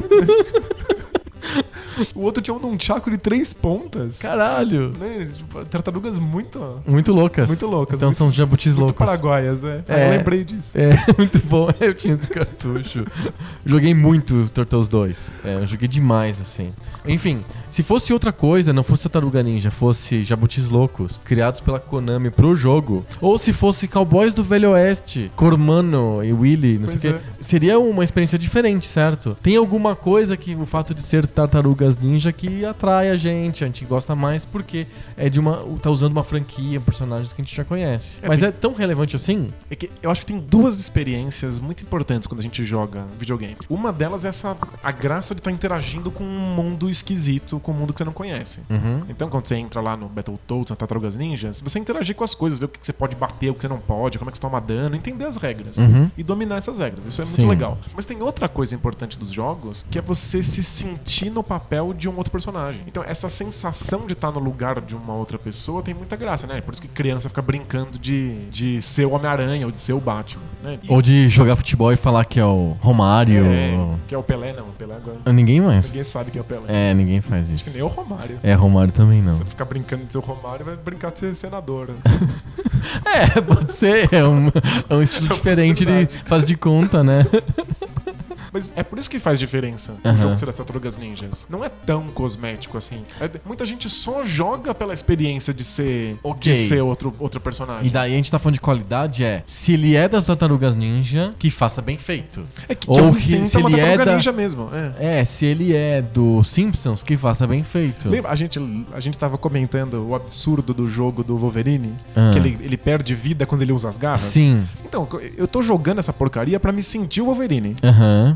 S5: O outro tinha um nunchaku de três pontas.
S4: Caralho.
S5: Né? Tipo, tartarugas muito,
S4: Muito loucas.
S5: muito loucas.
S4: Então
S5: muito,
S4: são jabutis
S5: muito
S4: loucos.
S5: paraguaias, é.
S4: É.
S5: Eu lembrei disso.
S4: É, muito bom. Eu tinha esse cartucho. Joguei muito Turtles dois. É, eu joguei demais, assim. Enfim, se fosse outra coisa, não fosse Tartaruga Ninja, fosse Jabutis Loucos, criados pela Konami pro jogo, ou se fosse Cowboys do Velho Oeste, Cormano e Willy, não
S5: Pois
S4: sei o quê, seria uma experiência diferente, certo? Tem alguma coisa que o fato de ser Tartarugas Ninja que atrai a gente, a gente gosta mais porque é de uma, tá usando uma franquia, personagens que a gente já conhece.
S5: É,
S4: Mas
S5: tem-
S4: é tão relevante assim?
S5: É que eu acho que tem duas experiências muito importantes quando a gente joga videogame. Uma delas é essa a graça de estar interagindo com um mundo esquisito, com um mundo que você não conhece.
S4: Uhum.
S5: Então, quando você entra lá no Battletoads, na Tartarugas Ninjas, você interagir com as coisas, ver o que você pode bater, o que você não pode, como é que você toma dano, entender as regras
S4: Uhum.
S5: e dominar essas regras. Isso é muito
S4: Sim.
S5: legal. Mas tem outra coisa importante dos jogos, que é você se sentir no papel de um outro personagem. Então, essa sensação de estar no lugar de uma outra pessoa tem muita graça, né? Por isso que criança fica brincando de, de ser o Homem-Aranha ou de ser o Batman, né? E-
S4: Ou de jogar futebol e falar que é o Romário.
S5: É, que é o Pelé, não. O Pelé agora.
S4: Ninguém mais.
S5: Ninguém sabe que é o Pelé.
S4: É, ninguém faz
S5: Que
S4: isso.
S5: nem o Romário.
S4: É, Romário também não.
S5: Você ficar brincando de ser o Romário, vai brincar de ser senador. Né?
S4: É, pode ser. É um, é um estilo
S5: É uma
S4: diferente de
S5: possibilidade.
S4: faz de conta, né?
S5: Mas é por isso que faz diferença o
S4: Aham.
S5: jogo ser das Tartarugas Ninjas. Não é tão cosmético assim. É- muita gente só joga pela experiência de ser,
S4: Ok.
S5: de ser outro, outro personagem.
S4: E daí a gente tá falando de qualidade, é se ele é das Tartarugas Ninja, que faça bem feito.
S5: É que,
S4: Ou
S5: que eu me
S4: que
S5: sinto
S4: se
S5: uma
S4: ele é
S5: Tartaruga
S4: da-
S5: Ninja mesmo. É.
S4: É, se ele é do Simpsons, que faça bem feito.
S5: Lembra, a gente, a gente tava comentando o absurdo do jogo do Wolverine,
S4: Ah.
S5: que ele, ele perde vida quando ele usa as garras.
S4: Sim.
S5: Então, eu tô jogando essa porcaria pra me sentir o Wolverine.
S4: Aham.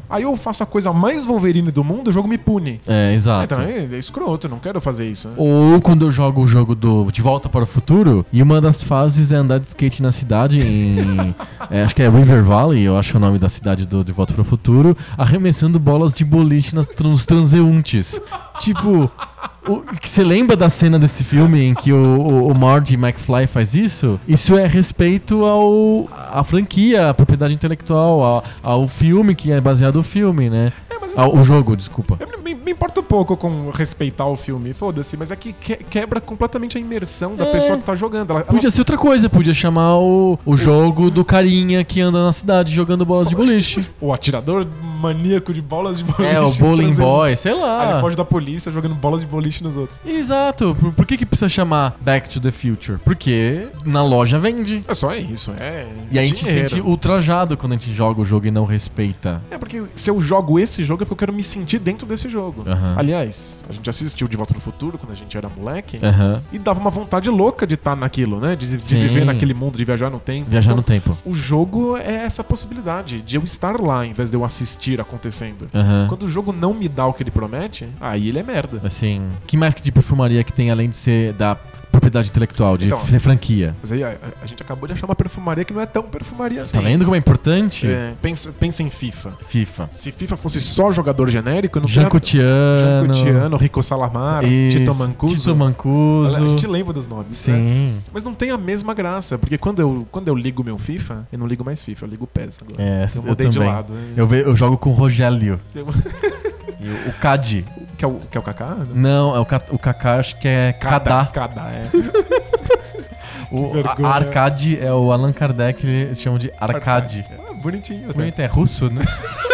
S5: Aí eu faço a coisa mais Wolverine do mundo, o jogo me pune.
S4: É, exato.
S5: Então é, é escroto, eu não quero fazer isso. Né?
S4: Ou quando eu jogo o jogo do De Volta para o Futuro e uma das fases é andar de skate na cidade em... é, acho que é River Valley, eu acho o nome da cidade do De Volta para o Futuro, arremessando bolas de boliche nas, nos transeuntes. Tipo... O, você lembra da cena desse filme em que o, o, o Marty McFly faz isso? Isso é respeito ao à franquia, à propriedade intelectual, ao, ao filme que é baseado no filme, né?
S5: É, mas
S4: ao, o jogo, desculpa.
S5: Eu me, me importa um pouco com respeitar o filme, foda-se, mas é que que, quebra completamente a imersão da
S4: É.
S5: pessoa que tá jogando. Ela,
S4: Podia
S5: ela...
S4: ser outra coisa, podia chamar o, o jogo do carinha que anda na cidade jogando bolas de boliche.
S5: O atirador maníaco de bolas de boliche.
S4: É, o bowling
S5: transeunte.
S4: boy, sei
S5: Aí
S4: lá.
S5: ele foge da polícia jogando bolas de boliche nos outros.
S4: Exato. Por, por que que precisa chamar Back to the Future? Porque na loja vende.
S5: É só isso, é.
S4: E a gente
S5: dinheiro.
S4: sente ultrajado quando a gente joga o jogo e não respeita.
S5: É porque se eu jogo esse jogo é porque eu quero me sentir dentro desse jogo.
S4: Aham.
S5: Aliás, a gente assistiu De Volta no Futuro quando a gente era moleque.
S4: Aham.
S5: E dava uma vontade louca de estar naquilo, né? De, de
S4: Sim.
S5: viver naquele mundo, de viajar no tempo.
S4: Viajar
S5: Então,
S4: no tempo.
S5: o jogo é essa possibilidade de eu estar lá em vez de eu assistir acontecendo.
S4: Aham.
S5: Quando o jogo não me dá o que ele promete, aí ele é merda.
S4: Assim, que mais que de perfumaria que tem além de ser da propriedade intelectual, de
S5: Então,
S4: ser franquia?
S5: Mas aí a, a gente acabou de achar uma perfumaria que não é tão perfumaria assim.
S4: Tá vendo como é importante?
S5: É, pensa, pensa em FIFA.
S4: FIFA.
S5: Se FIFA fosse só jogador genérico, eu não
S4: Jean
S5: tinha...
S4: Cotiano.
S5: Jean Cotiano, Rico Salamar,
S4: Isso,
S5: Tito Mancuso.
S4: Tito Mancuso.
S5: A gente lembra dos nomes, né?
S4: Sim.
S5: Mas não tem a mesma graça, porque quando eu, quando eu ligo meu FIFA, eu não ligo mais FIFA, eu ligo o P E S agora.
S4: É,
S5: eu
S4: eu
S5: mudei de
S4: também.
S5: lado. né?
S4: Eu, ve- eu jogo com o Rogério.
S5: Deu-
S4: E o, o Cadi.
S5: Que é o, que é o Kaká? Né?
S4: Não, é o, Ca- o Kaká, acho que é Kadá.
S5: Kadá, é.
S4: O
S5: Que
S4: a-
S5: vergonha.
S4: Arcade é o Allan Kardec, eles chamam de Arcade.
S5: É, bonitinho. até.
S4: Bonito, é russo, né?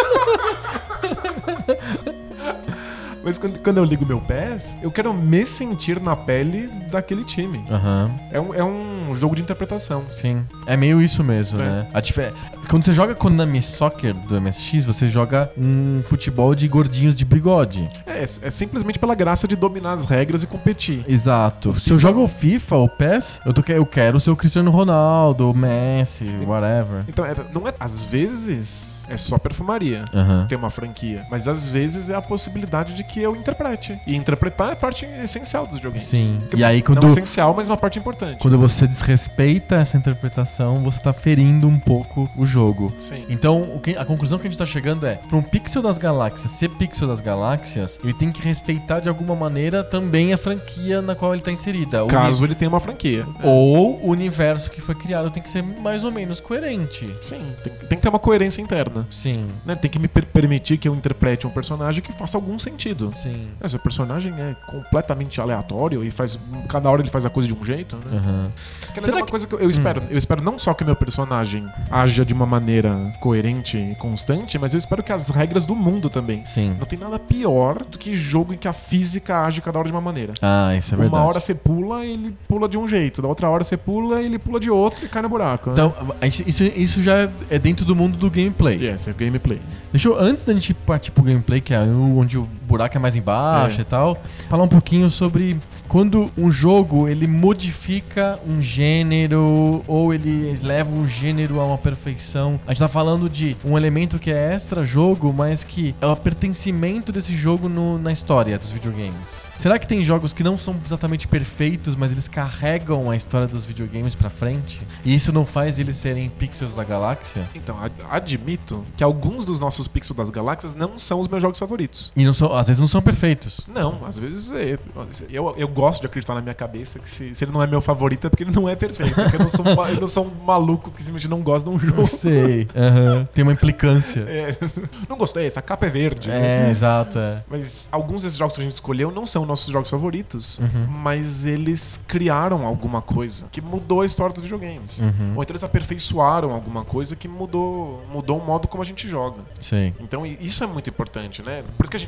S5: Mas quando, quando eu ligo meu P E S, eu quero me sentir na pele daquele time.
S4: Aham,
S5: É um, é um jogo de interpretação.
S4: sim. É meio isso mesmo,
S5: É.
S4: né? A dife- Quando você joga Konami Soccer do M S X, você joga um futebol de gordinhos de bigode.
S5: É, é simplesmente pela graça de dominar as regras e competir.
S4: Exato. Se eu jogo o FIFA ou o P E S, eu, tô, que- eu quero ser o Cristiano Ronaldo, o Messi, whatever.
S5: Então, é, não é. Às vezes é só perfumaria.
S4: Aham.
S5: Ter uma franquia. Mas às vezes é a possibilidade de que eu interprete. E interpretar é parte essencial dos joguinhos.
S4: Sim.
S5: Quer
S4: E
S5: dizer,
S4: aí quando-
S5: Não essencial, mas uma parte importante.
S4: Quando você desrespeita essa interpretação, você tá ferindo um pouco o jogo.
S5: Sim.
S4: Então, o que- a conclusão que a gente tá chegando é, para um pixel das galáxias ser pixel das galáxias, ele tem que respeitar de alguma maneira também a franquia na qual ele tá inserida. O
S5: Caso
S4: uni-
S5: ele tenha uma franquia.
S4: Ou o universo que foi criado tem que ser mais ou menos coerente.
S5: Sim, tem, tem que ter uma coerência interna.
S4: Sim,
S5: Né? Tem que me per- permitir que eu interprete um personagem que faça algum sentido.
S4: sim.
S5: É, se o personagem é completamente aleatório e faz. Cada hora ele faz a coisa de um jeito, né?
S4: Aham.
S5: Que, aliás,
S4: Será
S5: é uma
S4: que-
S5: coisa que eu, eu espero. Eu espero não só que o meu personagem haja de uma maneira coerente e constante, mas eu espero que as regras do mundo também.
S4: Sim.
S5: Não tem nada pior do que jogo em que a física age cada hora de uma maneira.
S4: Ah, isso é verdade.
S5: Uma hora você pula, ele pula de um jeito. Da outra hora você pula, ele pula de outro e cai no buraco. né?
S4: Então, a gente- isso, isso já é dentro do mundo do gameplay.
S5: Yes, é gameplay.
S4: Deixa eu, antes da gente partir pro gameplay, que é o- onde o buraco é mais embaixo
S5: É.
S4: e tal, falar um pouquinho sobre quando um jogo ele modifica um gênero ou ele leva um gênero a uma perfeição. A gente tá falando de um elemento que é extra jogo, mas que é o pertencimento desse jogo no- na história dos videogames. Será que tem jogos que não são exatamente perfeitos, mas eles carregam a história dos videogames pra frente? E isso não faz eles serem pixels da galáxia?
S5: Então, ad- admito que alguns dos nossos Pixel das Galáxias não são os meus jogos favoritos.
S4: E não são, às vezes não são perfeitos.
S5: Não, às vezes é, eu, eu gosto de acreditar na minha cabeça que se, se ele não é meu favorito é porque ele não é perfeito. Porque eu não sou, um ma- eu não sou um maluco que simplesmente não gosta de um jogo.
S4: Eu sei. Aham. Tem uma implicância.
S5: É, não gostei, essa capa é verde.
S4: É,
S5: né?
S4: exato. é.
S5: Mas alguns desses jogos que a gente escolheu não são nossos jogos favoritos,
S4: Uhum.
S5: mas eles criaram alguma coisa que mudou a história dos videogames.
S4: Uhum.
S5: Ou então eles aperfeiçoaram alguma coisa que mudou, mudou o modo como a gente joga.
S4: Sei.
S5: Então i- isso é muito importante, né? Por isso que a gente tem que ver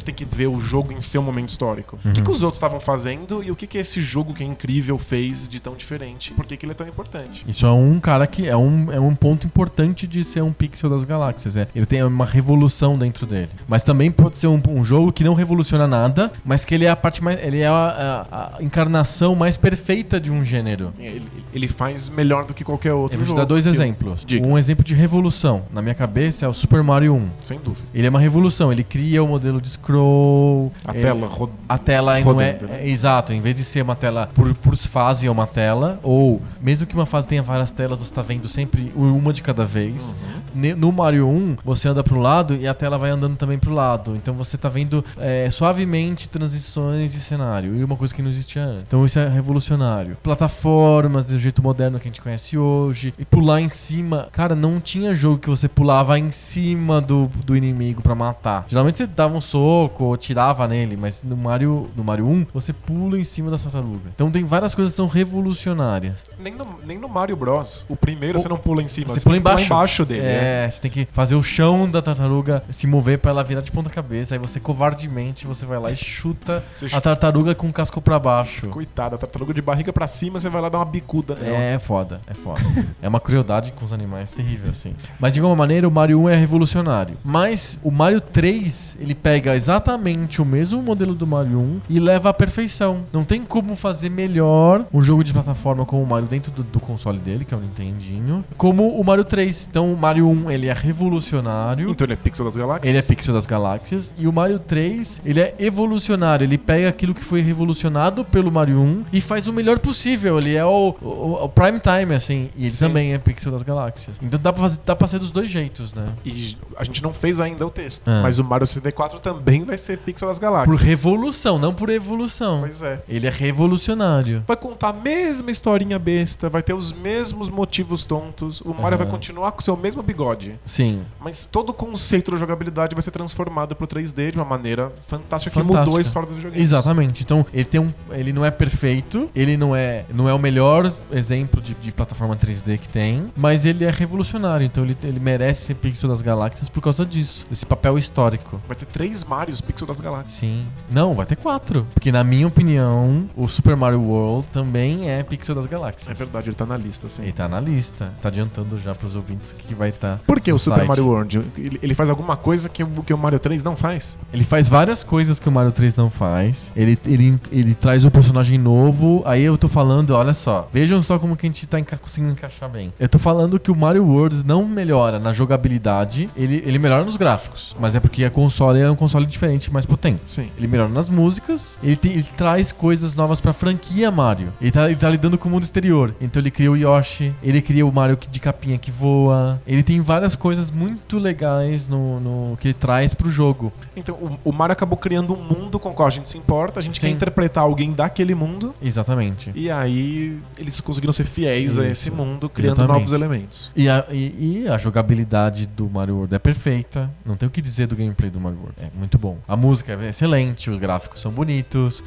S5: ver o jogo em seu momento histórico.
S4: Uhum.
S5: O que, que os outros estavam fazendo e o que, que esse jogo que é incrível fez de tão diferente? Por que, que ele é tão importante?
S4: Isso é um cara que é um, é um ponto importante de ser um pixel das galáxias. É. Ele tem uma revolução dentro dele. Mas também pode ser um, um jogo que não revoluciona nada, mas que ele é a parte mais. Ele é a, a, a encarnação mais perfeita de um gênero.
S5: Ele, ele faz melhor do que qualquer outro
S4: Eu vou te
S5: jogo.
S4: dar dois
S5: que-
S4: exemplos.
S5: Diga.
S4: Um exemplo de revolução, na minha cabeça, é o Super Mario um.
S5: Sem dúvida.
S4: Ele é uma revolução, ele cria o modelo de scroll.
S5: A
S4: ele-
S5: tela roda.
S4: A tela aí não é,
S5: Rodando, né?
S4: é- Exato, em vez de ser uma tela por, por fase é uma tela, ou mesmo que uma fase tenha várias telas, você tá vendo sempre uma de cada vez. Ne- No Mario um, você anda pro lado e a tela vai andando também pro lado. Então você tá vendo é, suavemente transições de cenário. E uma coisa que não existia antes. Então isso é revolucionário. Plataformas do jeito moderno que a gente conhece hoje. E pular em cima. Cara, não tinha jogo que você pulava em cima do, do inimigo pra matar. Geralmente você dava um soco ou tirava nele, mas no Mario, no Mario um, você pula em cima da tartaruga. Então tem várias coisas que são revolucionárias.
S5: Nem no, nem no Mario Bros. O primeiro
S4: O-
S5: você não pula em cima,
S4: Você
S5: você,
S4: pula
S5: tem que pular
S4: embaixo.
S5: embaixo dele. né?
S4: É, você tem que fazer o chão da tartaruga se mover pra ela virar de ponta cabeça. Aí você covardemente você vai lá e chuta
S5: Você
S4: a
S5: chuta.
S4: tartaruga com o casco pra baixo.
S5: Coitada, a tartaruga de barriga pra cima, você vai lá dar uma bicuda nela.
S4: É foda, é foda. É uma crueldade com os animais terrível, assim. Mas de alguma maneira o Mario um é revolucionário. Mas o Mario três, ele pega exatamente o mesmo modelo do Mario um e leva à perfeição. Não tem como fazer melhor um jogo de plataforma como o Mario dentro do, do console dele, que é o Nintendinho, como o Mario três. Então o Mario um, ele é revolucionário.
S5: Então ele é Pixel das Galáxias?
S4: Ele é pixel das galáxias. E o Mario três, ele é evolucionário. Ele pega aquilo que foi revolucionado pelo Mario um e faz o melhor possível. Ele é o, o, o prime time, assim. E ele
S5: Sim.
S4: também é pixel das galáxias. Então dá pra, fazer, dá pra ser dos dois jeitos, né?
S5: E a gente não fez ainda o texto.
S4: Ah.
S5: Mas o Mario sessenta e quatro também vai ser Pixel das Galáxias.
S4: Por revolução, não por evolução.
S5: Pois é.
S4: Ele é revolucionário.
S5: Vai contar a mesma historinha besta, vai ter os mesmos motivos tontos. O Mario
S4: Aham.
S5: vai continuar com o seu mesmo bigode.
S4: Sim.
S5: Mas todo o conceito da jogabilidade vai ser transformado pro três D de uma maneira fantástica, que
S4: Fantástica.
S5: mudou a história dos videogames.
S4: Exatamente. Então, ele tem um. Ele não é perfeito, ele não é, não é o melhor exemplo de, de plataforma três D que tem, mas ele é revolucionário. Então ele, ele merece ser pixel das galáxias por causa disso. Desse papel histórico.
S5: Vai ter três Marios Pixel das Galáxias.
S4: Sim. Não, vai ter quatro. Porque, na minha opinião, o Super Mario World também é pixel das galáxias.
S5: É verdade, ele tá na lista, sim.
S4: Ele tá na lista. Tá adiantando já pros ouvintes o que, que vai estar.
S5: Por que
S4: no
S5: o Super
S4: site.
S5: Mario World? Ele, ele faz alguma coisa que o, que o Mario três não faz?
S4: Ele faz várias coisas que o Mario três não faz. Ele, ele, ele traz um personagem novo. Aí eu tô falando, olha só. Vejam só como que a gente tá enca conseguindo encaixar bem. Eu tô falando que o Mario World não melhora na jogabilidade. Ele, ele melhora nos gráficos. Mas é porque a console é um console diferente, mais potente.
S5: Sim.
S4: Ele melhora nas músicas. Ele, tem- ele traz coisas novas pra franquia Mario. Ele tá, ele tá lidando com o mundo exterior. Então ele cria o Yoshi. Ele cria o Mario de capinha que voa. Ele tem várias coisas muito legais no, no que ele traz pro jogo.
S5: Então, o, o Mario acabou criando um mundo com o qual a gente se importa, a gente
S4: Sim.
S5: quer interpretar alguém daquele mundo,
S4: Exatamente.
S5: e aí eles conseguiram ser fiéis a
S4: Isso.
S5: esse mundo, criando
S4: Exatamente.
S5: novos elementos.
S4: E a, e, e a jogabilidade do Mario World é perfeita. Não tem o que dizer do gameplay do Mario World. É muito bom. A música é excelente, os gráficos são bonitos.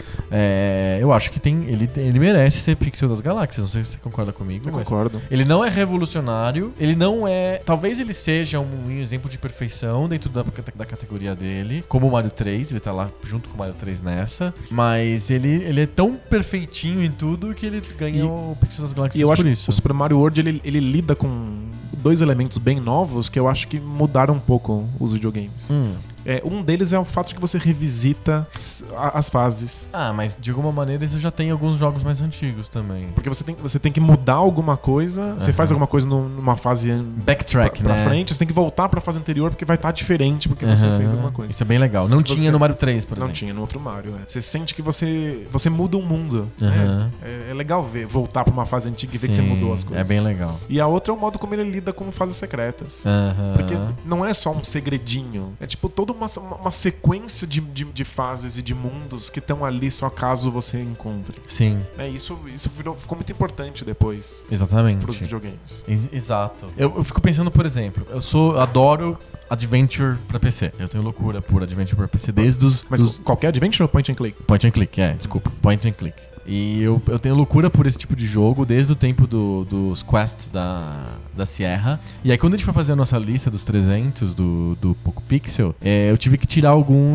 S4: É, eu acho que tem, ele, ele merece ser Pixel das Galáxias. Não sei se você concorda comigo.
S5: Eu
S4: mas
S5: concordo.
S4: ele não é revolucionário. Ele não é. Talvez ele seja um exemplo de perfeição dentro da, da categoria dele. Como o Mario três. Ele tá lá junto com o Mario três nessa. Mas ele, ele é tão perfeitinho em tudo que ele ganha
S5: E-
S4: o Pixel das Galáxias
S5: E eu
S4: por
S5: acho que
S4: isso.
S5: o Super Mario World ele, ele lida com dois elementos bem novos que eu acho que mudaram um pouco os videogames.
S4: Hum.
S5: É, um deles é o fato de que você revisita s- a- as fases.
S4: Ah, mas de alguma maneira isso já tem em alguns jogos mais antigos também.
S5: Porque você tem, você tem que mudar alguma coisa, você
S4: Aham.
S5: faz alguma coisa num- numa fase
S4: Backtrack,
S5: pra, pra
S4: né?
S5: frente, você tem que voltar pra fase anterior porque vai estar diferente porque você
S4: Aham.
S5: fez alguma coisa.
S4: Isso é bem legal. Não
S5: Você-
S4: tinha no Mario três, por
S5: Não
S4: exemplo.
S5: tinha no outro Mario. É. Você sente que você, você muda um mundo.
S4: Aham.
S5: É, é legal ver, voltar pra uma fase antiga e ver que você
S4: Sim,
S5: mudou as coisas.
S4: É bem legal.
S5: E a outra é o modo como ele lida com fases secretas.
S4: Aham.
S5: Porque não é só um segredinho. É tipo toda uma, uma, uma sequência de, de, de fases e de mundos que estão ali só caso você encontre.
S4: Sim,
S5: É, isso isso virou, ficou muito importante depois
S4: exatamente.
S5: pros videogames.
S4: Ex- Exato. Eu, eu fico pensando, por exemplo, eu sou adoro Adventure pra P C. Eu tenho loucura por Adventure pra P C desde os
S5: Mas
S4: dos
S5: qualquer adventure ou point and click?
S4: point and click, é, desculpa, point and click. E eu, eu tenho loucura por esse tipo de jogo desde o tempo do, dos quests da, da Sierra. E aí quando a gente foi fazer a nossa lista dos trezentos do, do Poco Pixel, é, eu tive que tirar alguns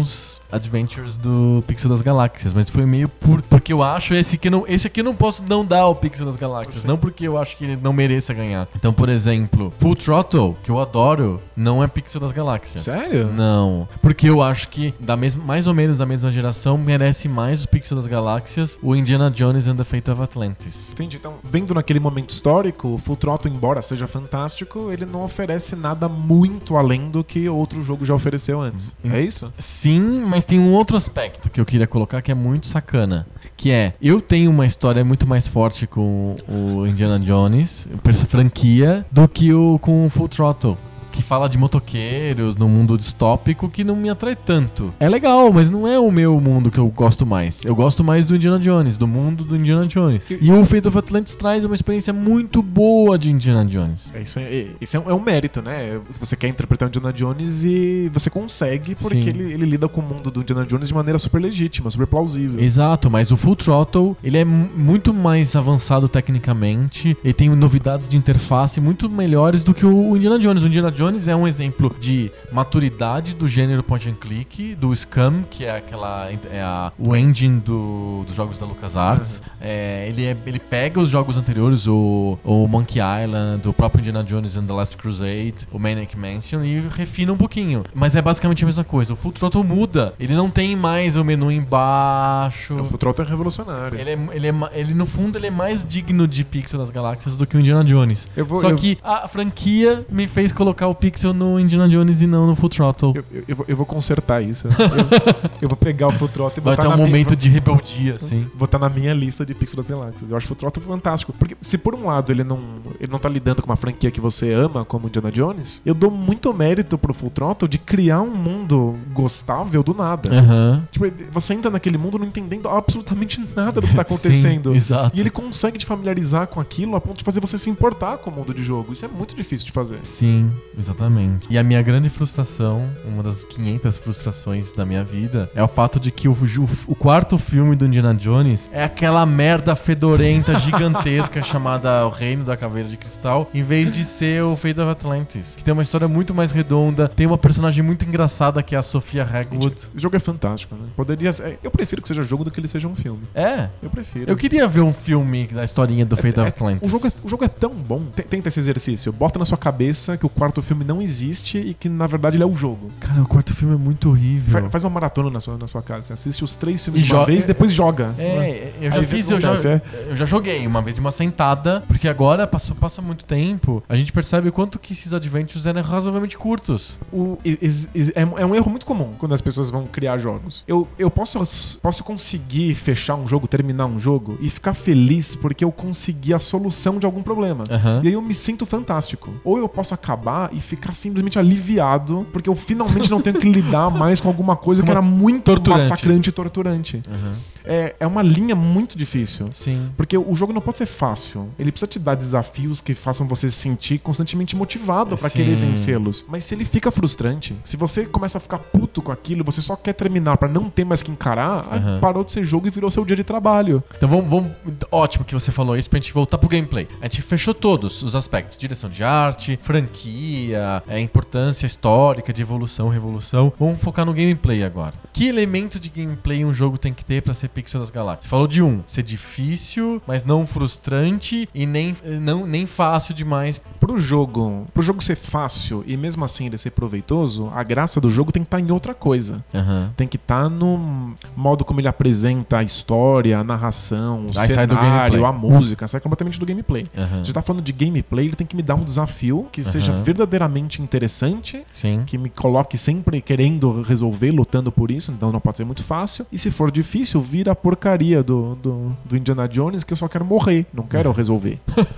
S4: Adventures do Pixel das Galáxias, mas foi meio por, porque eu acho esse que não, esse aqui eu não posso não dar ao Pixel das Galáxias, Sim. não porque eu acho que ele não mereça ganhar. Então, por exemplo, Full Throttle, que eu adoro, não é Pixel das Galáxias.
S5: Sério?
S4: Não. Porque eu acho que, da mesma, mais ou menos da mesma geração, merece mais o Pixel das Galáxias, o Indiana Jones and the Fate of Atlantis.
S5: Entendi. Então, vendo naquele momento histórico, o Full Throttle, embora seja fantástico, ele não oferece nada muito além do que outro jogo já ofereceu antes. Hum. É isso?
S4: Sim, mas tem um outro aspecto que eu queria colocar que é muito sacana. Que é, eu tenho uma história muito mais forte com o Indiana Jones, franquia, do que o com o Full Throttle. Que fala de motoqueiros no mundo distópico que não me atrai tanto. É legal, mas não é o meu mundo que eu gosto mais. Eu gosto mais do Indiana Jones, do mundo do Indiana Jones. E o Fate of Atlantis traz uma experiência muito boa de Indiana Jones.
S5: É, isso é, isso é, um, é um mérito, né? Você quer interpretar o Indiana Jones e você consegue porque ele, ele lida com o mundo do Indiana Jones de maneira super legítima, super plausível.
S4: Exato, mas o Full Throttle, ele é m- muito mais avançado tecnicamente, ele tem novidades de interface muito melhores do que o Indiana Jones. O Indiana Jones Jones é um exemplo de maturidade do gênero point and click, do Scum, que é aquela é a, o engine do, dos jogos da LucasArts. Uhum. É, ele, é, ele pega os jogos anteriores, o, o Monkey Island, o próprio Indiana Jones and the Last Crusade, o Maniac Mansion, e refina um pouquinho. Mas é basicamente a mesma coisa. O Full Throttle muda. Ele não tem mais o menu embaixo.
S5: O Full Throttle é revolucionário.
S4: Ele, é, ele, é, ele, no fundo, ele é mais digno de Pixel das Galáxias do que o Indiana Jones. Eu vou, Só eu... que a franquia me fez colocar o Pixel no Indiana Jones e não no Full Throttle.
S5: Eu, eu, eu, vou, eu vou consertar isso. Eu, eu vou pegar o Full Throttle e
S4: botar
S5: Vai ter
S4: um
S5: na
S4: momento
S5: minha,
S4: de rebeldia, assim.
S5: Botar na minha lista de Pixel das Galáxias. Eu acho o Full Throttle fantástico. Porque se por um lado ele não, ele não tá lidando com uma franquia que você ama, como Indiana Jones, eu dou muito mérito pro Full Throttle de criar um mundo gostável do nada.
S4: Uhum.
S5: Tipo, você entra naquele mundo não entendendo absolutamente nada do que tá acontecendo.
S4: Sim, exato.
S5: E ele consegue te familiarizar com aquilo a ponto de fazer você se importar com o mundo de jogo. Isso é muito difícil de fazer.
S4: Sim, exatamente. E a minha grande frustração, uma das quinhentas frustrações da minha vida, é o fato de que o, o quarto filme do Indiana Jones é aquela merda fedorenta gigantesca chamada O Reino da Caveira de Cristal, em vez de ser o Fate of Atlantis, que tem uma história muito mais redonda, tem uma personagem muito engraçada que é a Sophia Hagwood.
S5: O jogo é fantástico, né? Poderia ser, eu prefiro que seja jogo do que ele seja um filme.
S4: É?
S5: Eu prefiro.
S4: Eu queria ver um filme da historinha do Fate
S5: é,
S4: of
S5: é,
S4: Atlantis.
S5: O jogo, é, o jogo é tão bom. Tenta esse exercício. Bota na sua cabeça que o quarto filme não existe e que, na verdade, ele é o jogo.
S4: Cara, o quarto filme é muito horrível.
S5: Faz, faz uma maratona na sua, na sua casa. Você assiste os três filmes
S4: e
S5: de uma
S4: joga,
S5: vez e depois joga.
S4: É,
S5: né?
S4: eu já
S5: Aí
S4: fiz, eu já, é. eu já joguei uma vez de uma sentada, porque agora passou, passa muito tempo, a gente percebe o quanto que esses adventures eram razoavelmente curtos.
S5: O, is, is, é, é um erro muito comum quando as pessoas vão criar jogos. Eu, eu posso, posso conseguir fechar um jogo, terminar um jogo e ficar feliz porque eu consegui a solução de algum problema.
S4: Uhum.
S5: E aí eu me sinto fantástico. Ou eu posso acabar e ficar simplesmente aliviado porque eu finalmente não tenho que lidar mais com alguma coisa que era muito
S4: torturante.
S5: massacrante e torturante.
S4: Uhum.
S5: É, é uma linha muito difícil.
S4: Sim.
S5: Porque o jogo não pode ser fácil. Ele precisa te dar desafios que façam você se sentir constantemente motivado pra
S4: Sim.
S5: querer vencê-los. Mas se ele fica frustrante, se você começa a ficar puto com aquilo, você só quer terminar pra não ter mais que encarar,
S4: Uhum.
S5: aí parou de ser jogo e virou seu dia de trabalho.
S4: Então vamos, vamos... Ótimo que você falou isso pra gente voltar pro gameplay. A gente fechou todos os aspectos. Direção de arte, franquia, é, importância histórica de evolução, revolução. Vamos focar no gameplay agora. Que elementos de gameplay um jogo tem que ter pra ser Pixel das Galáxias? Você falou de um, ser difícil, mas não frustrante e nem, não, nem fácil demais.
S5: Pro jogo, pro jogo ser fácil e mesmo assim ele ser proveitoso, a graça do jogo tem que estar em outra coisa.
S4: Uhum.
S5: Tem que estar no modo como ele apresenta a história, a narração, o
S4: Aí sai do
S5: cenário,
S4: gameplay.
S5: a música, sai completamente do gameplay.
S4: Uhum.
S5: Se você tá falando de gameplay, ele tem que me dar um desafio que seja
S4: Uhum.
S5: verdadeiramente interessante,
S4: Sim.
S5: que me coloque sempre querendo resolver, lutando por isso, então não pode ser muito fácil. E se for difícil, vira a porcaria do, do, do Indiana Jones, que eu só quero morrer, não quero resolver.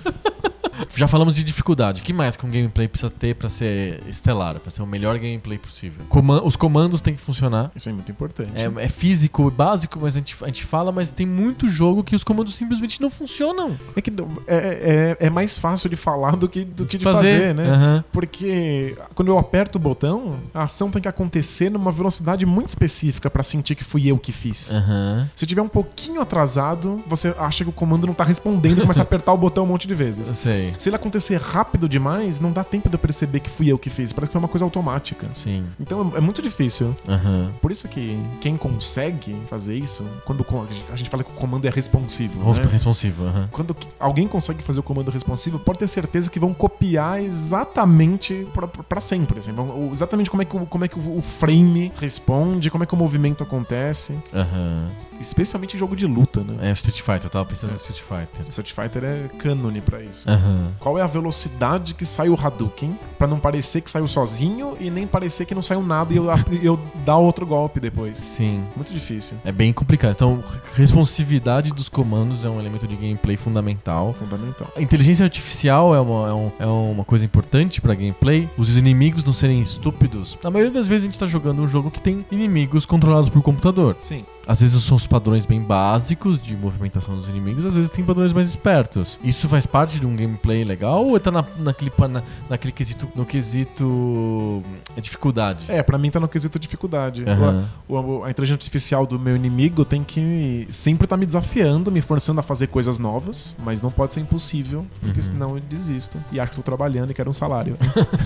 S4: Já falamos de dificuldade. O que mais que um gameplay precisa ter pra ser estelar, pra ser o melhor gameplay possível? Coman- os comandos têm que funcionar.
S5: Isso é muito importante.
S4: É, é físico, básico, mas a gente, a gente fala, mas tem muito jogo que os comandos simplesmente não funcionam.
S5: É que é, é, é mais fácil de falar do que, do que de
S4: fazer,
S5: fazer, né?
S4: Uhum.
S5: Porque quando eu aperto o botão, a ação tem que acontecer numa velocidade muito específica pra sentir que fui eu que fiz.
S4: Uhum.
S5: Se tiver um pouquinho atrasado, você acha que o comando não tá respondendo e começa a apertar o botão um monte de vezes.
S4: Eu sei.
S5: Se ele acontecer rápido demais, não dá tempo de eu perceber que fui eu que fiz. Parece que foi uma coisa automática.
S4: Sim.
S5: Então é muito difícil.
S4: Aham.
S5: Por isso que quem consegue fazer isso, quando a gente fala que o comando é responsivo,
S4: Res-
S5: né?
S4: Responsivo, aham.
S5: Quando alguém consegue fazer o comando responsivo, pode ter certeza que vão copiar exatamente pra, pra sempre. Assim, vão, exatamente como é, que, o- como é que o frame responde, como é que o movimento acontece.
S4: Aham.
S5: Especialmente em jogo de luta, né?
S4: É o Street Fighter, eu tava pensando no Street Fighter.
S5: O Street Fighter é cânone pra isso.
S4: Aham.
S5: Qual é a velocidade que sai o Hadouken, pra não parecer que saiu sozinho e nem parecer que não saiu nada e eu, eu dar outro golpe depois.
S4: Sim.
S5: Muito difícil.
S4: É bem complicado. Então, responsividade dos comandos é um elemento de gameplay fundamental.
S5: Fundamental.
S4: A inteligência artificial é uma, é um- é uma coisa importante pra gameplay. Os inimigos não serem estúpidos. Na maioria das vezes a gente tá jogando um jogo que tem inimigos controlados por computador.
S5: Sim.
S4: Às vezes são os padrões bem básicos de movimentação dos inimigos, às vezes tem padrões mais espertos. Isso faz parte de um gameplay legal ou tá na, naquele, pa- na, naquele quesito, no quesito é, dificuldade?
S5: É, pra mim tá no quesito dificuldade.
S4: Aham.
S5: O- o- a inteligência artificial do meu inimigo tem que sempre tá me desafiando, me forçando a fazer coisas novas, mas não pode ser impossível, porque
S4: Uhum.
S5: senão eu desisto. E acho que tô trabalhando e quero um salário.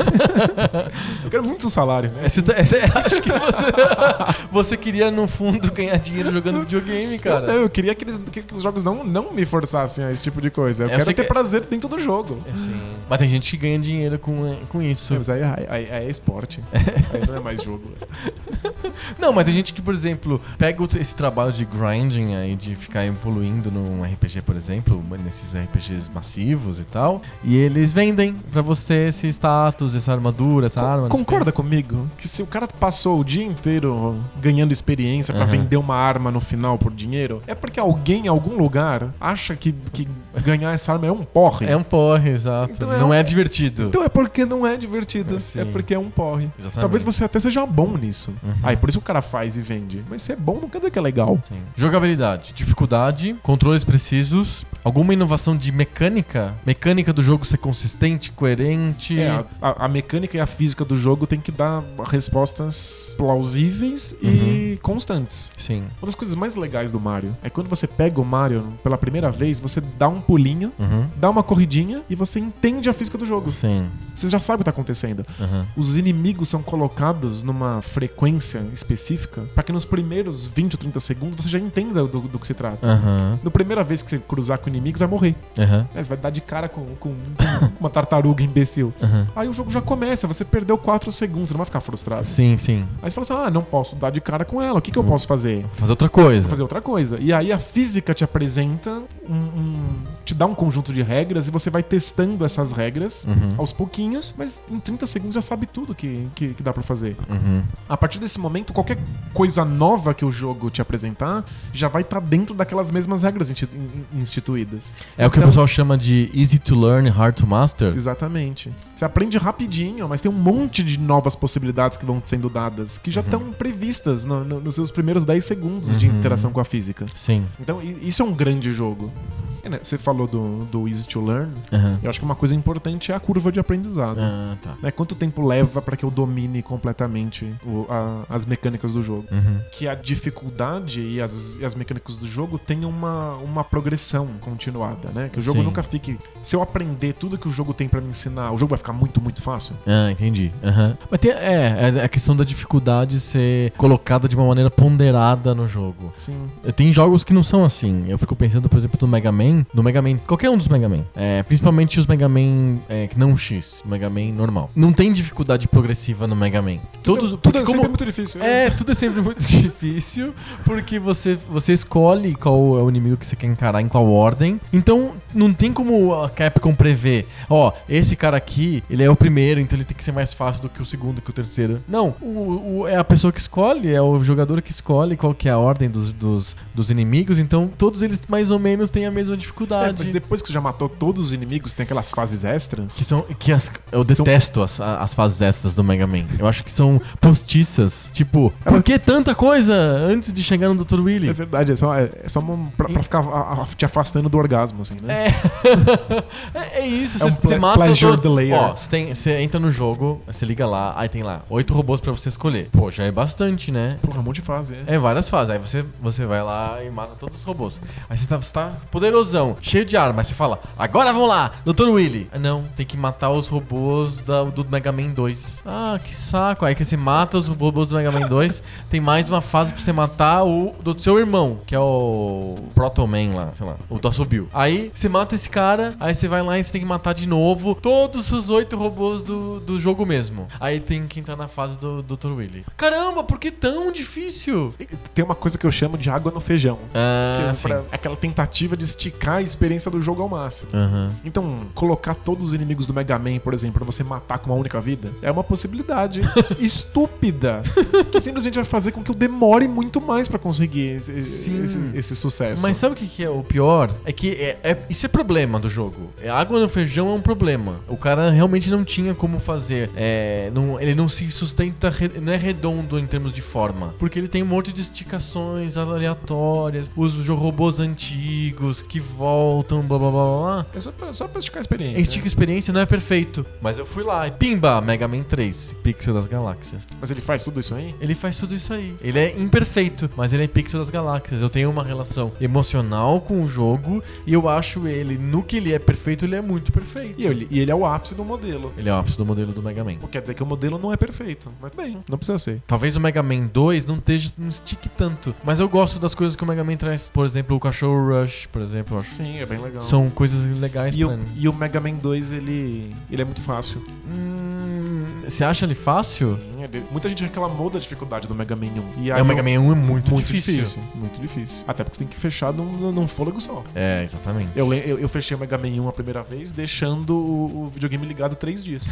S5: Eu quero muito um salário, né?
S4: É, você tá- é, acho que você, você queria, no fundo, ganhar dinheiro jogando videogame, cara.
S5: Não, eu queria que, eles, que, que os jogos não, não me forçassem a esse tipo de coisa. Eu
S4: É, eu
S5: quero
S4: sei
S5: ter
S4: que-
S5: prazer dentro do jogo.
S4: É, sim. Mas tem gente que ganha dinheiro com, com isso.
S5: Mas aí, aí, aí é esporte. Aí não é mais jogo.
S4: Não, mas tem gente que, por exemplo, pega o- esse trabalho de grinding aí, de ficar evoluindo num R P G, por exemplo, nesses R P Gs massivos e tal, e eles vendem pra você esse status, essa armadura, essa arma. não sei o quê.
S5: Concorda comigo que se o cara passou o dia inteiro ganhando experiência pra
S4: Aham.
S5: vender uma arma no final por dinheiro, é porque alguém em algum lugar acha que, que ganhar essa arma é um porre.
S4: É um porre, exato.
S5: Então é
S4: não
S5: um-
S4: é divertido.
S5: Então é porque não é divertido.
S4: É, sim.
S5: É porque é um porre.
S4: Exatamente.
S5: Talvez você até seja bom nisso.
S4: Uhum.
S5: Aí por isso o cara faz e vende. Mas se é bom, não quer dizer que é legal.
S4: Sim. Jogabilidade, dificuldade, controles precisos, alguma inovação de mecânica? Mecânica do jogo ser consistente, coerente.
S5: É, a, a- a mecânica e a física do jogo tem que dar respostas plausíveis
S4: Uhum.
S5: e constantes.
S4: Sim.
S5: Uma das coisas mais legais do Mario é quando você pega o Mario pela primeira vez, você dá um pulinho,
S4: Uhum.
S5: dá uma corridinha e você entende a física do jogo.
S4: Sim.
S5: Você já sabe o que tá acontecendo.
S4: Uhum.
S5: Os inimigos são colocados numa frequência específica para que nos primeiros vinte ou trinta segundos você já entenda do, do que se trata.
S4: Aham.
S5: Na primeira vez que você cruzar com o inimigo, você vai morrer.
S4: Aham.
S5: Né? Você vai dar de cara com, com uma tartaruga imbecil.
S4: Aham.
S5: Aí o jogo já começa, você perdeu quatro segundos, você não vai ficar frustrado.
S4: Sim, sim.
S5: Aí você fala assim, ah, não posso dar de cara com ela, o que, que eu posso fazer?
S4: Fazer outra coisa.
S5: Vou fazer outra coisa. E aí a física te apresenta, um, um- te dá um conjunto de regras e você vai testando essas regras
S4: Uhum.
S5: aos pouquinhos, mas em trinta segundos já sabe tudo que, que, que dá pra fazer.
S4: Uhum.
S5: A partir desse momento, qualquer coisa nova que o jogo te apresentar já vai estar dentro daquelas mesmas regras insti- in- instituídas.
S4: É o que o
S5: Então-
S4: pessoal chama de easy to learn, hard to master.
S5: Exatamente. Você aprende rapidinho, mas tem um monte de novas possibilidades que vão sendo dadas, que já estão previstas no- no- nos seus primeiros dez segundos de
S4: Uhum.
S5: interação com a física.
S4: Sim.
S5: Então, i- isso é um grande jogo. É, né, você falou do, do Easy to Learn.
S4: Aham.
S5: Eu acho que uma coisa importante é a curva de aprendizado.
S4: Ah, tá.
S5: Né, quanto tempo leva para que eu domine completamente o- a- as mecânicas do jogo?
S4: Uhum.
S5: Que a dificuldade e as, e as mecânicas do jogo tenham uma, uma progressão continuada, né? Que o jogo
S4: Sim.
S5: nunca fique... Se eu aprender tudo que o jogo tem para me ensinar, o jogo vai ficar muito, muito fácil?
S4: Ah, entendi. Aham. Mas tem, é, é a questão da dificuldade ser colocada de uma maneira ponderada no jogo.
S5: Sim.
S4: Tem jogos que não são assim. Eu fico pensando, por exemplo, no Mega Man. No Mega Man, qualquer um dos Mega Man. É, principalmente os Mega Man é, que não X, o Mega Man normal. Não tem dificuldade progressiva no Mega Man. Todos,
S5: tudo
S4: porque
S5: é sempre
S4: como-
S5: muito difícil.
S4: É, tudo é sempre muito difícil, porque você, você escolhe qual é o inimigo que você quer encarar em qual ordem. Então, não tem como a Capcom prever, ó, esse cara aqui, ele é o primeiro, então ele tem que ser mais fácil do que o segundo, que o terceiro. Não, o, o- é a pessoa que escolhe, é o jogador que escolhe qual que é a ordem dos, dos, dos inimigos, então todos eles mais ou menos têm a mesma
S5: É,
S4: dificuldade.
S5: mas depois que você já matou todos os inimigos, tem aquelas fases extras.
S4: Que são, que as, eu detesto as, as fases extras do Mega Man. Eu acho que são postiças. Tipo, por que tanta coisa antes de chegar no doutor Willy?
S5: É verdade, é só, é, é só uma, pra, pra ficar a- a- te afastando do orgasmo, assim, né?
S4: É, é, é isso,
S5: É
S4: você
S5: um ple-
S4: você mata
S5: pleasure
S4: todo...
S5: delayer.
S4: Ó, você, tem, você entra no jogo, você liga lá, aí tem lá oito robôs pra você escolher. Pô, já é bastante, né?
S5: Porra, um monte de fase, é.
S4: É várias fases. Aí você, você vai lá e mata todos os robôs. Aí você tá, você tá poderosão. robôzão, cheio de arma. Aí você fala, agora vamos lá, doutor Willy. Ah, não, tem que matar os robôs da, do Mega Man dois. Ah, que saco. Aí que você mata os robôs do Mega Man dois, tem mais uma fase pra você matar o do seu irmão, que é o Proto Man lá, sei lá, o do Assobio. Aí você mata esse cara, aí você vai lá e você tem que matar de novo todos os oito robôs do, do jogo mesmo. Aí tem que entrar na fase do doutor Willy. Caramba, por que tão difícil?
S5: Tem uma coisa que eu chamo de água no feijão.
S4: Ah,
S5: que é
S4: sim.
S5: pra- aquela tentativa de esticar a experiência do jogo ao máximo.
S4: Uhum.
S5: Então, colocar todos os inimigos do Mega Man, por exemplo, pra você matar com uma única vida, é uma possibilidade estúpida que simplesmente vai fazer com que eu demore muito mais pra conseguir esse,
S4: Sim.
S5: esse, esse sucesso.
S4: Mas sabe o que, que é o pior? É que é, é- isso é problema do jogo. É, água no feijão é um problema. O cara realmente não tinha como fazer. É, não- ele não se sustenta, re- não é redondo em termos de forma. Porque ele tem um monte de esticações aleatórias, os jo- robôs antigos que voltam, blá blá blá blá, blá.
S5: É só pra, só pra esticar a experiência.
S4: Estica experiência não é perfeito. Mas eu fui lá e pimba, Mega Man três, Pixel das Galáxias.
S5: Mas ele faz tudo isso aí?
S4: Ele faz tudo isso aí. Ele é imperfeito, mas ele é Pixel das Galáxias. Eu tenho uma relação emocional com o jogo e eu acho ele, no que ele é perfeito, ele é muito perfeito.
S5: E ele, e ele é o ápice do modelo.
S4: Ele é o ápice do modelo do Mega Man.
S5: O que quer dizer que o modelo não é perfeito. Mas bem, não precisa ser.
S4: Talvez o Mega Man dois não, esteja, não estique tanto, mas eu gosto das coisas que o Mega Man traz. Por exemplo, o Cachorro Rush, por exemplo. Eu acho que
S5: Sim, é bem legal.
S4: são coisas legais
S5: E
S4: pra
S5: o, e o Mega Man dois, ele, ele é muito fácil.
S4: Hum, você acha ele fácil?
S5: Sim, ele- muita gente reclamou da dificuldade do Mega Man um. E aí
S4: É, o Mega
S5: eu-
S4: Man um é muito,
S5: muito
S4: difícil.
S5: difícil. Muito difícil. Até porque você tem que fechar num, num fôlego só.
S4: É, exatamente.
S5: Eu, le- eu, eu fechei o Mega Man um a primeira vez, deixando o, o videogame ligado três dias.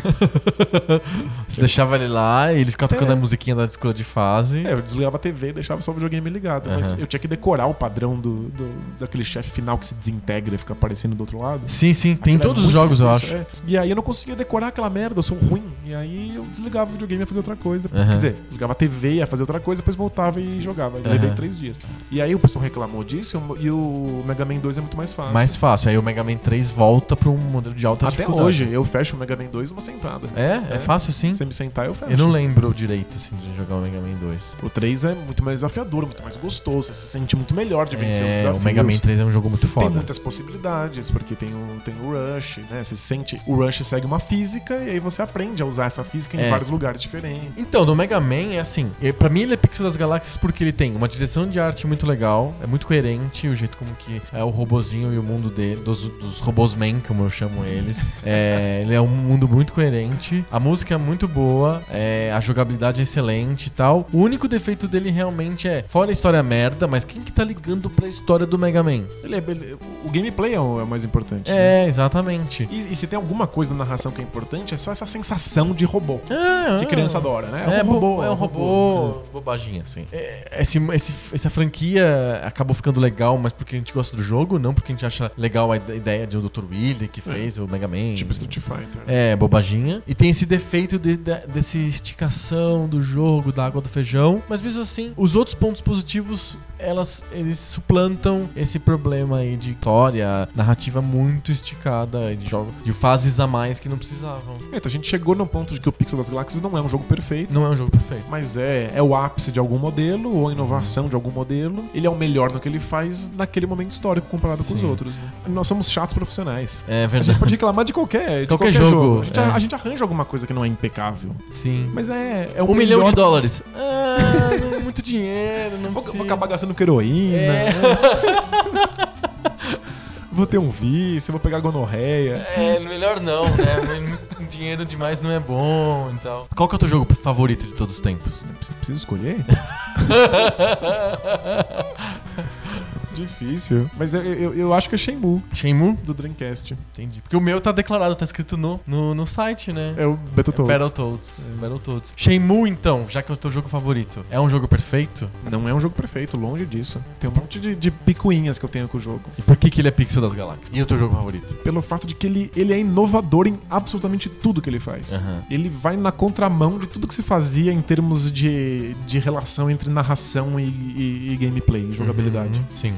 S4: Você deixava ele lá e ele ficava tocando
S5: É.
S4: a musiquinha da escola de fase.
S5: É, eu desligava a T V e deixava só o videogame ligado. Mas
S4: Aham.
S5: eu tinha que decorar o padrão do, do- daquele chefe final que se desintegra e fica aparecendo do outro lado.
S4: Sim, sim, tem em
S5: Aquilo é
S4: todos os
S5: muito
S4: jogos, eu acho.
S5: difícil, é. E aí eu não conseguia decorar aquela merda, eu sou ruim. E aí eu desligava o videogame e ia fazer outra coisa.
S4: Aham.
S5: Quer dizer, desligava a T V, ia fazer outra coisa, depois voltava e jogava. Eu levei
S4: Aham.
S5: três dias. E aí o pessoal reclamou disso e o Mega Man dois é muito mais fácil.
S4: Mais fácil. Aí o Mega Man três volta pra um modelo de alta
S5: Até
S4: dificuldade.
S5: hoje, eu fecho o Mega Man dois numa sentada.
S4: É? É,
S5: É.
S4: fácil sim?
S5: Se você me sentar, eu fecho.
S4: Eu não lembro direito assim, de jogar o Mega Man dois.
S5: O três é muito mais desafiador, muito mais gostoso. Você se sente muito melhor de vencer os
S4: É,
S5: desafios.
S4: o Mega Man três é um jogo muito
S5: Tem
S4: foda.
S5: muitas possibilidades, porque tem o, tem o Rush, né? Você sente... O Rush segue uma física e aí você aprende a usar essa física em
S4: É.
S5: vários lugares diferentes.
S4: Então, no Mega Man é assim, e pra mim ele é Pixel das Galáxias porque ele tem uma direção de arte muito legal, é muito coerente o jeito como que é o robozinho e o mundo dele, dos, dos robôs man, como eu chamo eles. É, ele é um mundo muito coerente, a música é muito boa, é, a jogabilidade é excelente e tal. O único defeito dele realmente é, fora a história merda, mas quem que tá ligando pra história do Mega Man?
S5: Ele é, ele- o gameplay é o, é o mais importante. né?
S4: É, exatamente.
S5: E, e se tem alguma coisa na narração que é importante, é só essa sensação de robô.
S4: Ah,
S5: Que
S4: ah.
S5: criança adora, né?
S4: É,
S5: um robô,
S4: é um robô, bobaginha, assim. É, esse, esse- essa franquia acabou ficando legal, mas porque a gente gosta do jogo, não porque a gente acha legal a ide- ideia de o doutor Willy que fez o Mega Man.
S5: Tipo Street Fighter.
S4: É, bobaginha. E tem esse defeito de, de, desse esticação do jogo, da água do feijão. Mas mesmo assim, os outros pontos positivos, elas, eles suplantam esse problema aí de história, narrativa muito esticada, de jogo, de fases a mais que não precisavam.
S5: É, então a gente chegou no ponto de que o Pixel das Galáxias não é um jogo perfeito.
S4: Não é um jogo perfeito.
S5: Mas é, é o ápice de algum modelo ou a inovação de algum modelo. Ele é o melhor no que ele faz naquele momento histórico comparado com os
S4: Sim.
S5: outros. Né? Nós somos chatos profissionais.
S4: É
S5: A gente
S4: verdade.
S5: pode reclamar de qualquer, de
S4: Qualquer
S5: qualquer,
S4: jogo,
S5: jogo. A gente,
S4: é.
S5: a gente arranja alguma coisa que não é impecável.
S4: Sim.
S5: Mas é, é o
S4: Um milhão
S5: melhor-
S4: de dólares. Ah, não, muito dinheiro, não
S5: Vou,
S4: precisa.
S5: vou acabar gastando com heroína.
S4: É.
S5: Vou ter um vício, vou pegar gonorreia.
S4: É, melhor não, né? Muito dinheiro demais não é bom e tal. Qual que é o teu jogo favorito de todos os tempos?
S5: Preciso escolher? Difícil. Mas eu, eu, eu acho que é Shenmue,
S4: Shenmue?
S5: do Dreamcast.
S4: Entendi. Porque o meu tá declarado, tá escrito no, no, no site, né?
S5: É o Battletoads.
S4: Battletoads. Battletoads. Shenmue, então, já que é o teu jogo favorito, é um jogo perfeito?
S5: Não é um jogo perfeito, longe disso. Tem um monte de, de picuinhas que eu tenho com o jogo.
S4: E por que que ele é Pixel das Galáxias? E o teu jogo favorito?
S5: Pelo fato de que ele, ele é inovador em absolutamente tudo que ele faz.
S4: Aham.
S5: Ele vai na contramão de tudo que se fazia em termos de, de relação entre narração e, e- e gameplay, e jogabilidade.
S4: Uhum, sim.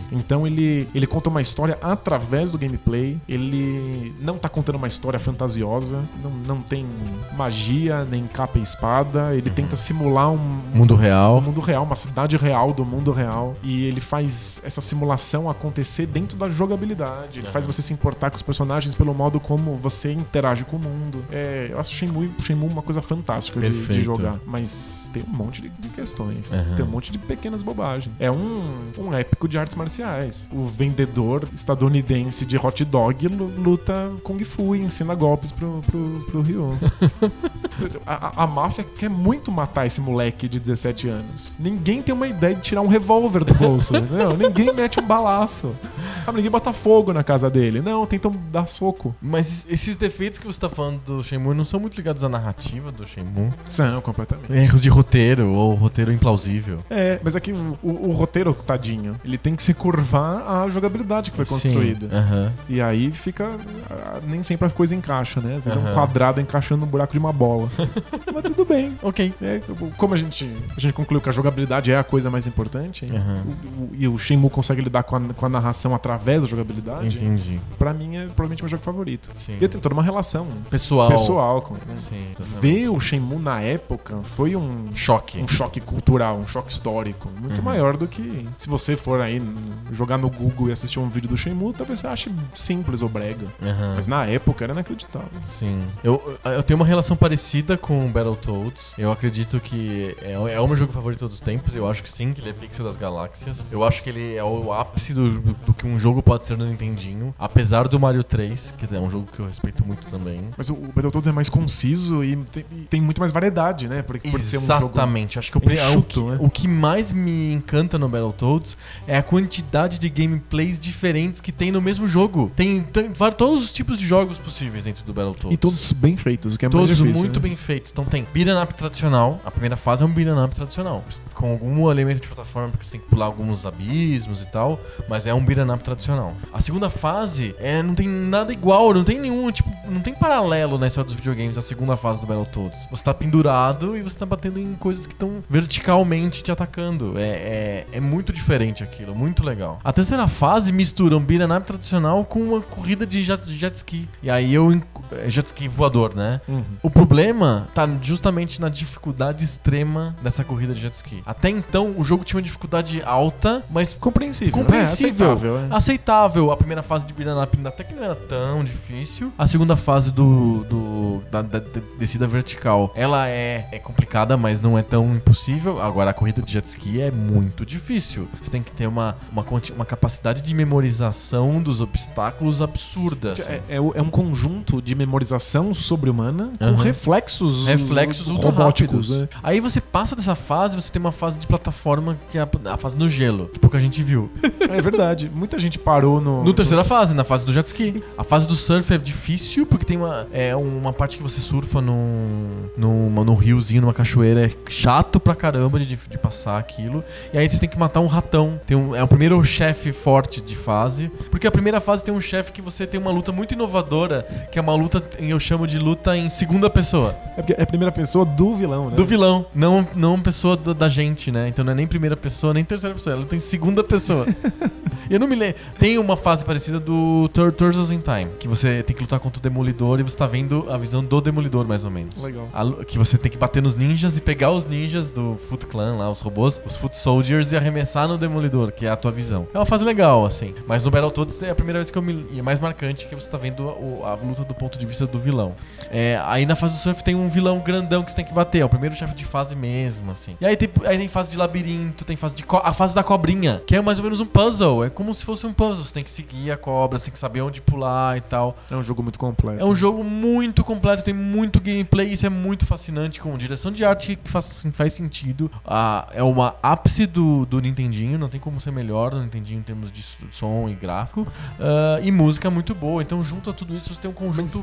S5: Então ele, ele conta uma história através do gameplay. Ele não tá contando uma história fantasiosa, não, não tem magia, nem capa e espada. Ele uhum. tenta simular um
S4: mundo real.
S5: um mundo real, uma cidade real do mundo real. E ele faz essa simulação acontecer dentro da jogabilidade. Ele uhum. faz você se importar com os personagens pelo modo como você interage com o mundo. É, eu acho Shenmue, Shenmue uma coisa fantástica de, de jogar. Mas tem um monte de, de questões. Uhum. Tem um monte de pequenas bobagens. É um, um épico de artes marciais. O vendedor estadunidense de hot dog luta Kung Fu e ensina golpes pro, pro, pro Ryu. a, a, a máfia quer muito matar esse moleque de dezessete anos. Ninguém tem uma ideia de tirar um revólver do bolso. Não, ninguém mete um balaço. Ah, ninguém bota fogo na casa dele. Não, tentam dar soco.
S4: Mas esses defeitos que você tá falando do Shenmue não são muito ligados à narrativa do Shenmue?
S5: São, completamente.
S4: Erros de roteiro ou roteiro implausível.
S5: É, mas aqui o, o, o roteiro, tadinho, ele tem que se curvar à jogabilidade que foi construída.
S4: Sim, uh-huh.
S5: E aí fica... Nem sempre a coisa encaixa, né? Às vezes uh-huh. é um quadrado encaixando no buraco de uma bola. Mas tudo bem.
S4: Ok.
S5: É, como a gente, a gente concluiu que a jogabilidade é a coisa mais importante,
S4: uh-huh.
S5: o, o, e o Shenmue consegue lidar com a, com a narração através da jogabilidade.
S4: Entendi.
S5: Pra mim é provavelmente meu jogo favorito.
S4: Sim.
S5: E eu tenho toda uma relação
S4: pessoal,
S5: pessoal com ele. Né?
S4: Sim,
S5: ver o Shenmue na época foi um
S4: choque.
S5: Um choque cultural, um choque histórico. Muito uhum. maior do que se você for aí jogar no Google e assistir um vídeo do Shenmue, talvez você ache simples ou brega.
S4: Uhum.
S5: Mas na época era inacreditável.
S4: Sim. Eu, eu tenho uma relação parecida com o Battletoads. Eu acredito que é, é o meu jogo favorito de todos os tempos. Eu acho que sim, que ele é Pixel das Galáxias. Eu acho que ele é o ápice do, do, do que um jogo pode ser no Nintendinho. Apesar do Mario três, que é um jogo que eu respeito muito também.
S5: Mas o, o Battletoads é mais conciso e tem, tem muito mais variedade, né? Por, por ser um jogo
S4: Exatamente. Acho que o,
S5: enxuto,
S4: o, que,
S5: né?
S4: o que mais me encanta no Battletoads é a quantidade de gameplays diferentes que tem no mesmo jogo. Tem, tem todos os tipos de jogos possíveis dentro do Battletoads.
S5: E todos bem feitos, o que é
S4: todos
S5: mais difícil.
S4: muito
S5: né?
S4: bem feitos. Então tem beat'em up tradicional. A primeira fase é um beat'em up tradicional. Com algum elemento de plataforma, porque você tem que pular alguns abismos e tal, mas é um beat'em up tradicional. A segunda fase é, não tem nada igual, não tem nenhum, tipo, não tem paralelo na história dos videogames a segunda fase do Battletoads. Você tá pendurado e você tá batendo em coisas que estão verticalmente te atacando. É, é, é muito diferente aquilo, muito legal. A terceira fase mistura um beat'em up tradicional com uma corrida de jet, jet ski. E aí eu... jet ski voador, né?
S5: Uhum.
S4: O problema tá justamente na dificuldade extrema dessa corrida de jet ski. Até então, o jogo tinha uma dificuldade alta, mas
S5: compreensível.
S4: compreensível.
S5: É, aceitável, é.
S4: aceitável. A primeira fase de beat'em up até que não era tão difícil. A segunda fase do, do da, da, da descida vertical, ela é, é complicada, mas não é tão impossível. Agora, a corrida de jet ski é muito difícil. Você tem que ter uma, uma, uma capacidade de memorização dos obstáculos absurda. Assim.
S5: É, é, é um conjunto de memorização sobre-humana
S4: uhum.
S5: com reflexos
S4: reflexos
S5: robóticos.
S4: Né? Aí você passa dessa fase, você tem uma fase de plataforma que é a, a fase no gelo, que pouca gente viu.
S5: É verdade. Muita gente parou no...
S4: No terceira fase, na fase do jet ski. A fase do surf é difícil, porque tem uma, é uma parte que você surfa num, num, num riozinho, numa cachoeira. É chato pra caramba de, de passar aquilo. E aí você tem que matar um ratão. Tem um, é o primeiro chefe forte de fase. Porque a primeira fase tem um chefe que você tem uma luta muito inovadora, que é uma luta, eu chamo de luta em segunda pessoa.
S5: É porque é a primeira pessoa do vilão, né?
S4: Do vilão, não, não pessoa da, da gente, né? Então não é nem primeira pessoa, nem terceira pessoa, ela tem segunda pessoa. Eu não me lembro. Tem uma fase parecida do Tur- Turtles in Time, que você tem que lutar contra o Demolidor e você tá vendo a visão do Demolidor, mais ou menos.
S5: Legal.
S4: A, que você tem que bater nos ninjas e pegar os ninjas do Foot Clan lá, os robôs, os Foot Soldiers, e arremessar no Demolidor, que é a tua visão. É uma fase legal, assim. Mas no Battletoads é a primeira vez que eu me... E é mais marcante que você tá vendo a, a luta do ponto de vista do vilão. É, aí na fase do surf tem um vilão grandão que você tem que bater. É o primeiro chefe de fase mesmo, assim. E aí tem, aí tem fase de labirinto, tem fase de... Co- a fase da cobrinha, que é mais ou menos um puzzle. É como se fosse um puzzle. Você tem que seguir a cobra, você tem que saber onde pular e tal.
S5: É um jogo muito completo.
S4: É um jogo muito completo, tem muito gameplay, isso é muito fascinante, com direção de arte que faz, faz sentido. Ah, é uma ápice do, do Nintendinho, não tem como ser melhor no Nintendinho em termos de som e gráfico. Ah, e música muito boa. Então, junto a tudo isso, você tem um conjunto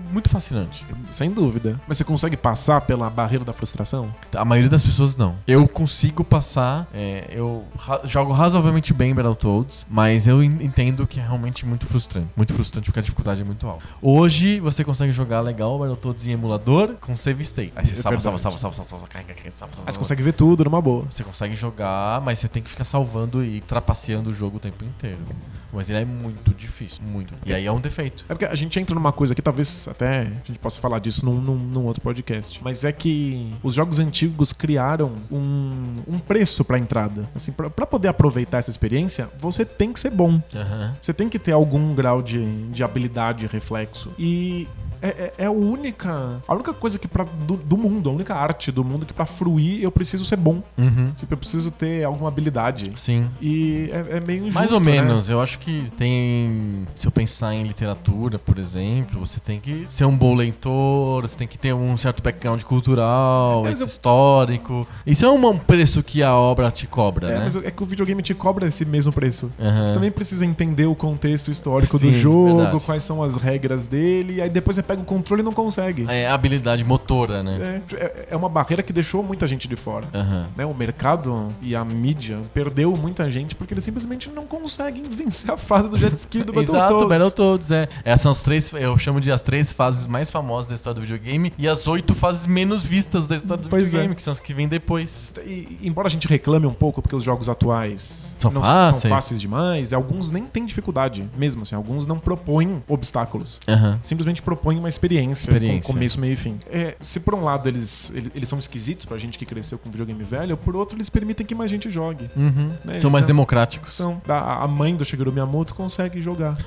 S4: muito fascinante.
S5: Sem dúvida. Mas você consegue passar pela barreira da frustração?
S4: A maioria das pessoas não. Eu consigo passar, é, eu ra- jogo razoavelmente bem Battletoads, mas eu en- entendo que é realmente muito frustrante. Muito frustrante porque a dificuldade é muito alta. Hoje você consegue jogar legal Battletoads em emulador com save state. Aí você
S5: É
S4: salva, salva,
S5: verdade.
S4: salva, salva, salva, salva, carrega, carrega, salva, salva,
S5: Aí você
S4: salva.
S5: consegue ver tudo numa boa.
S4: Você consegue jogar, mas você tem que ficar salvando e trapaceando o jogo o tempo inteiro. Mas ele é muito difícil, muito. E aí é um defeito.
S5: É porque a gente entra numa coisa que talvez até a gente possa falar disso num, num, num outro podcast. Mas é que os jogos antigos criaram um, um preço pra entrada. Assim, pra, pra poder aproveitar essa experiência, você tem que ser bom.
S4: Aham.
S5: Você tem que ter algum grau de, de habilidade e reflexo. E é, é, é a única a única coisa que pra, do, do mundo, a única arte do mundo que pra fruir eu preciso ser bom.
S4: Uhum.
S5: Tipo, eu preciso ter alguma habilidade.
S4: Sim.
S5: E é, é meio injusto,
S4: Mais ou
S5: né?
S4: menos, eu acho que tem. Se eu pensar em literatura, por exemplo, você tem que ser um bom leitor, você tem que ter um certo background cultural,
S5: Mas eu-
S4: histórico. Isso é um um preço que a obra te cobra,
S5: É,
S4: né?
S5: mas é que o videogame te cobra esse mesmo preço.
S4: Aham.
S5: Você também precisa entender o contexto histórico
S4: Sim,
S5: do jogo,
S4: verdade.
S5: quais são as regras dele, e aí depois você pega o controle e não consegue.
S4: É habilidade motora, né?
S5: É, é- é uma barreira que deixou muita gente de fora.
S4: Aham.
S5: Né, o mercado e a mídia perdeu muita gente porque eles simplesmente não conseguem vencer a fase do jet ski do
S4: Exato,
S5: Battletoads.
S4: Battletoads, é. Essas são as três, eu chamo de as três fases mais famosas da história do videogame e as oito fases menos vistas da história do
S5: Pois
S4: videogame,
S5: é.
S4: que são as que vêm depois.
S5: E, embora a gente reclame um pouco porque os jogos atuais
S4: São
S5: não
S4: fáceis.
S5: são fáceis demais, alguns nem têm dificuldade mesmo, assim, alguns não propõem obstáculos.
S4: Aham.
S5: Simplesmente propõem uma experiência,
S4: Experiência.
S5: com começo, meio e fim. É, se por um lado eles, eles, eles são esquisitos pra gente que cresceu com videogame velho, por outro eles permitem que mais gente jogue.
S4: Uhum.
S5: Né,
S4: São
S5: eles
S4: mais
S5: são-
S4: democráticos.
S5: São, a, a mãe do Shigeru Miyamoto consegue jogar.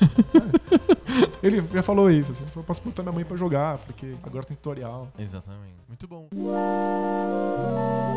S5: É. Ele já falou isso, assim, eu posso botar minha mãe pra jogar, porque agora tem tutorial.
S4: Exatamente. Muito bom.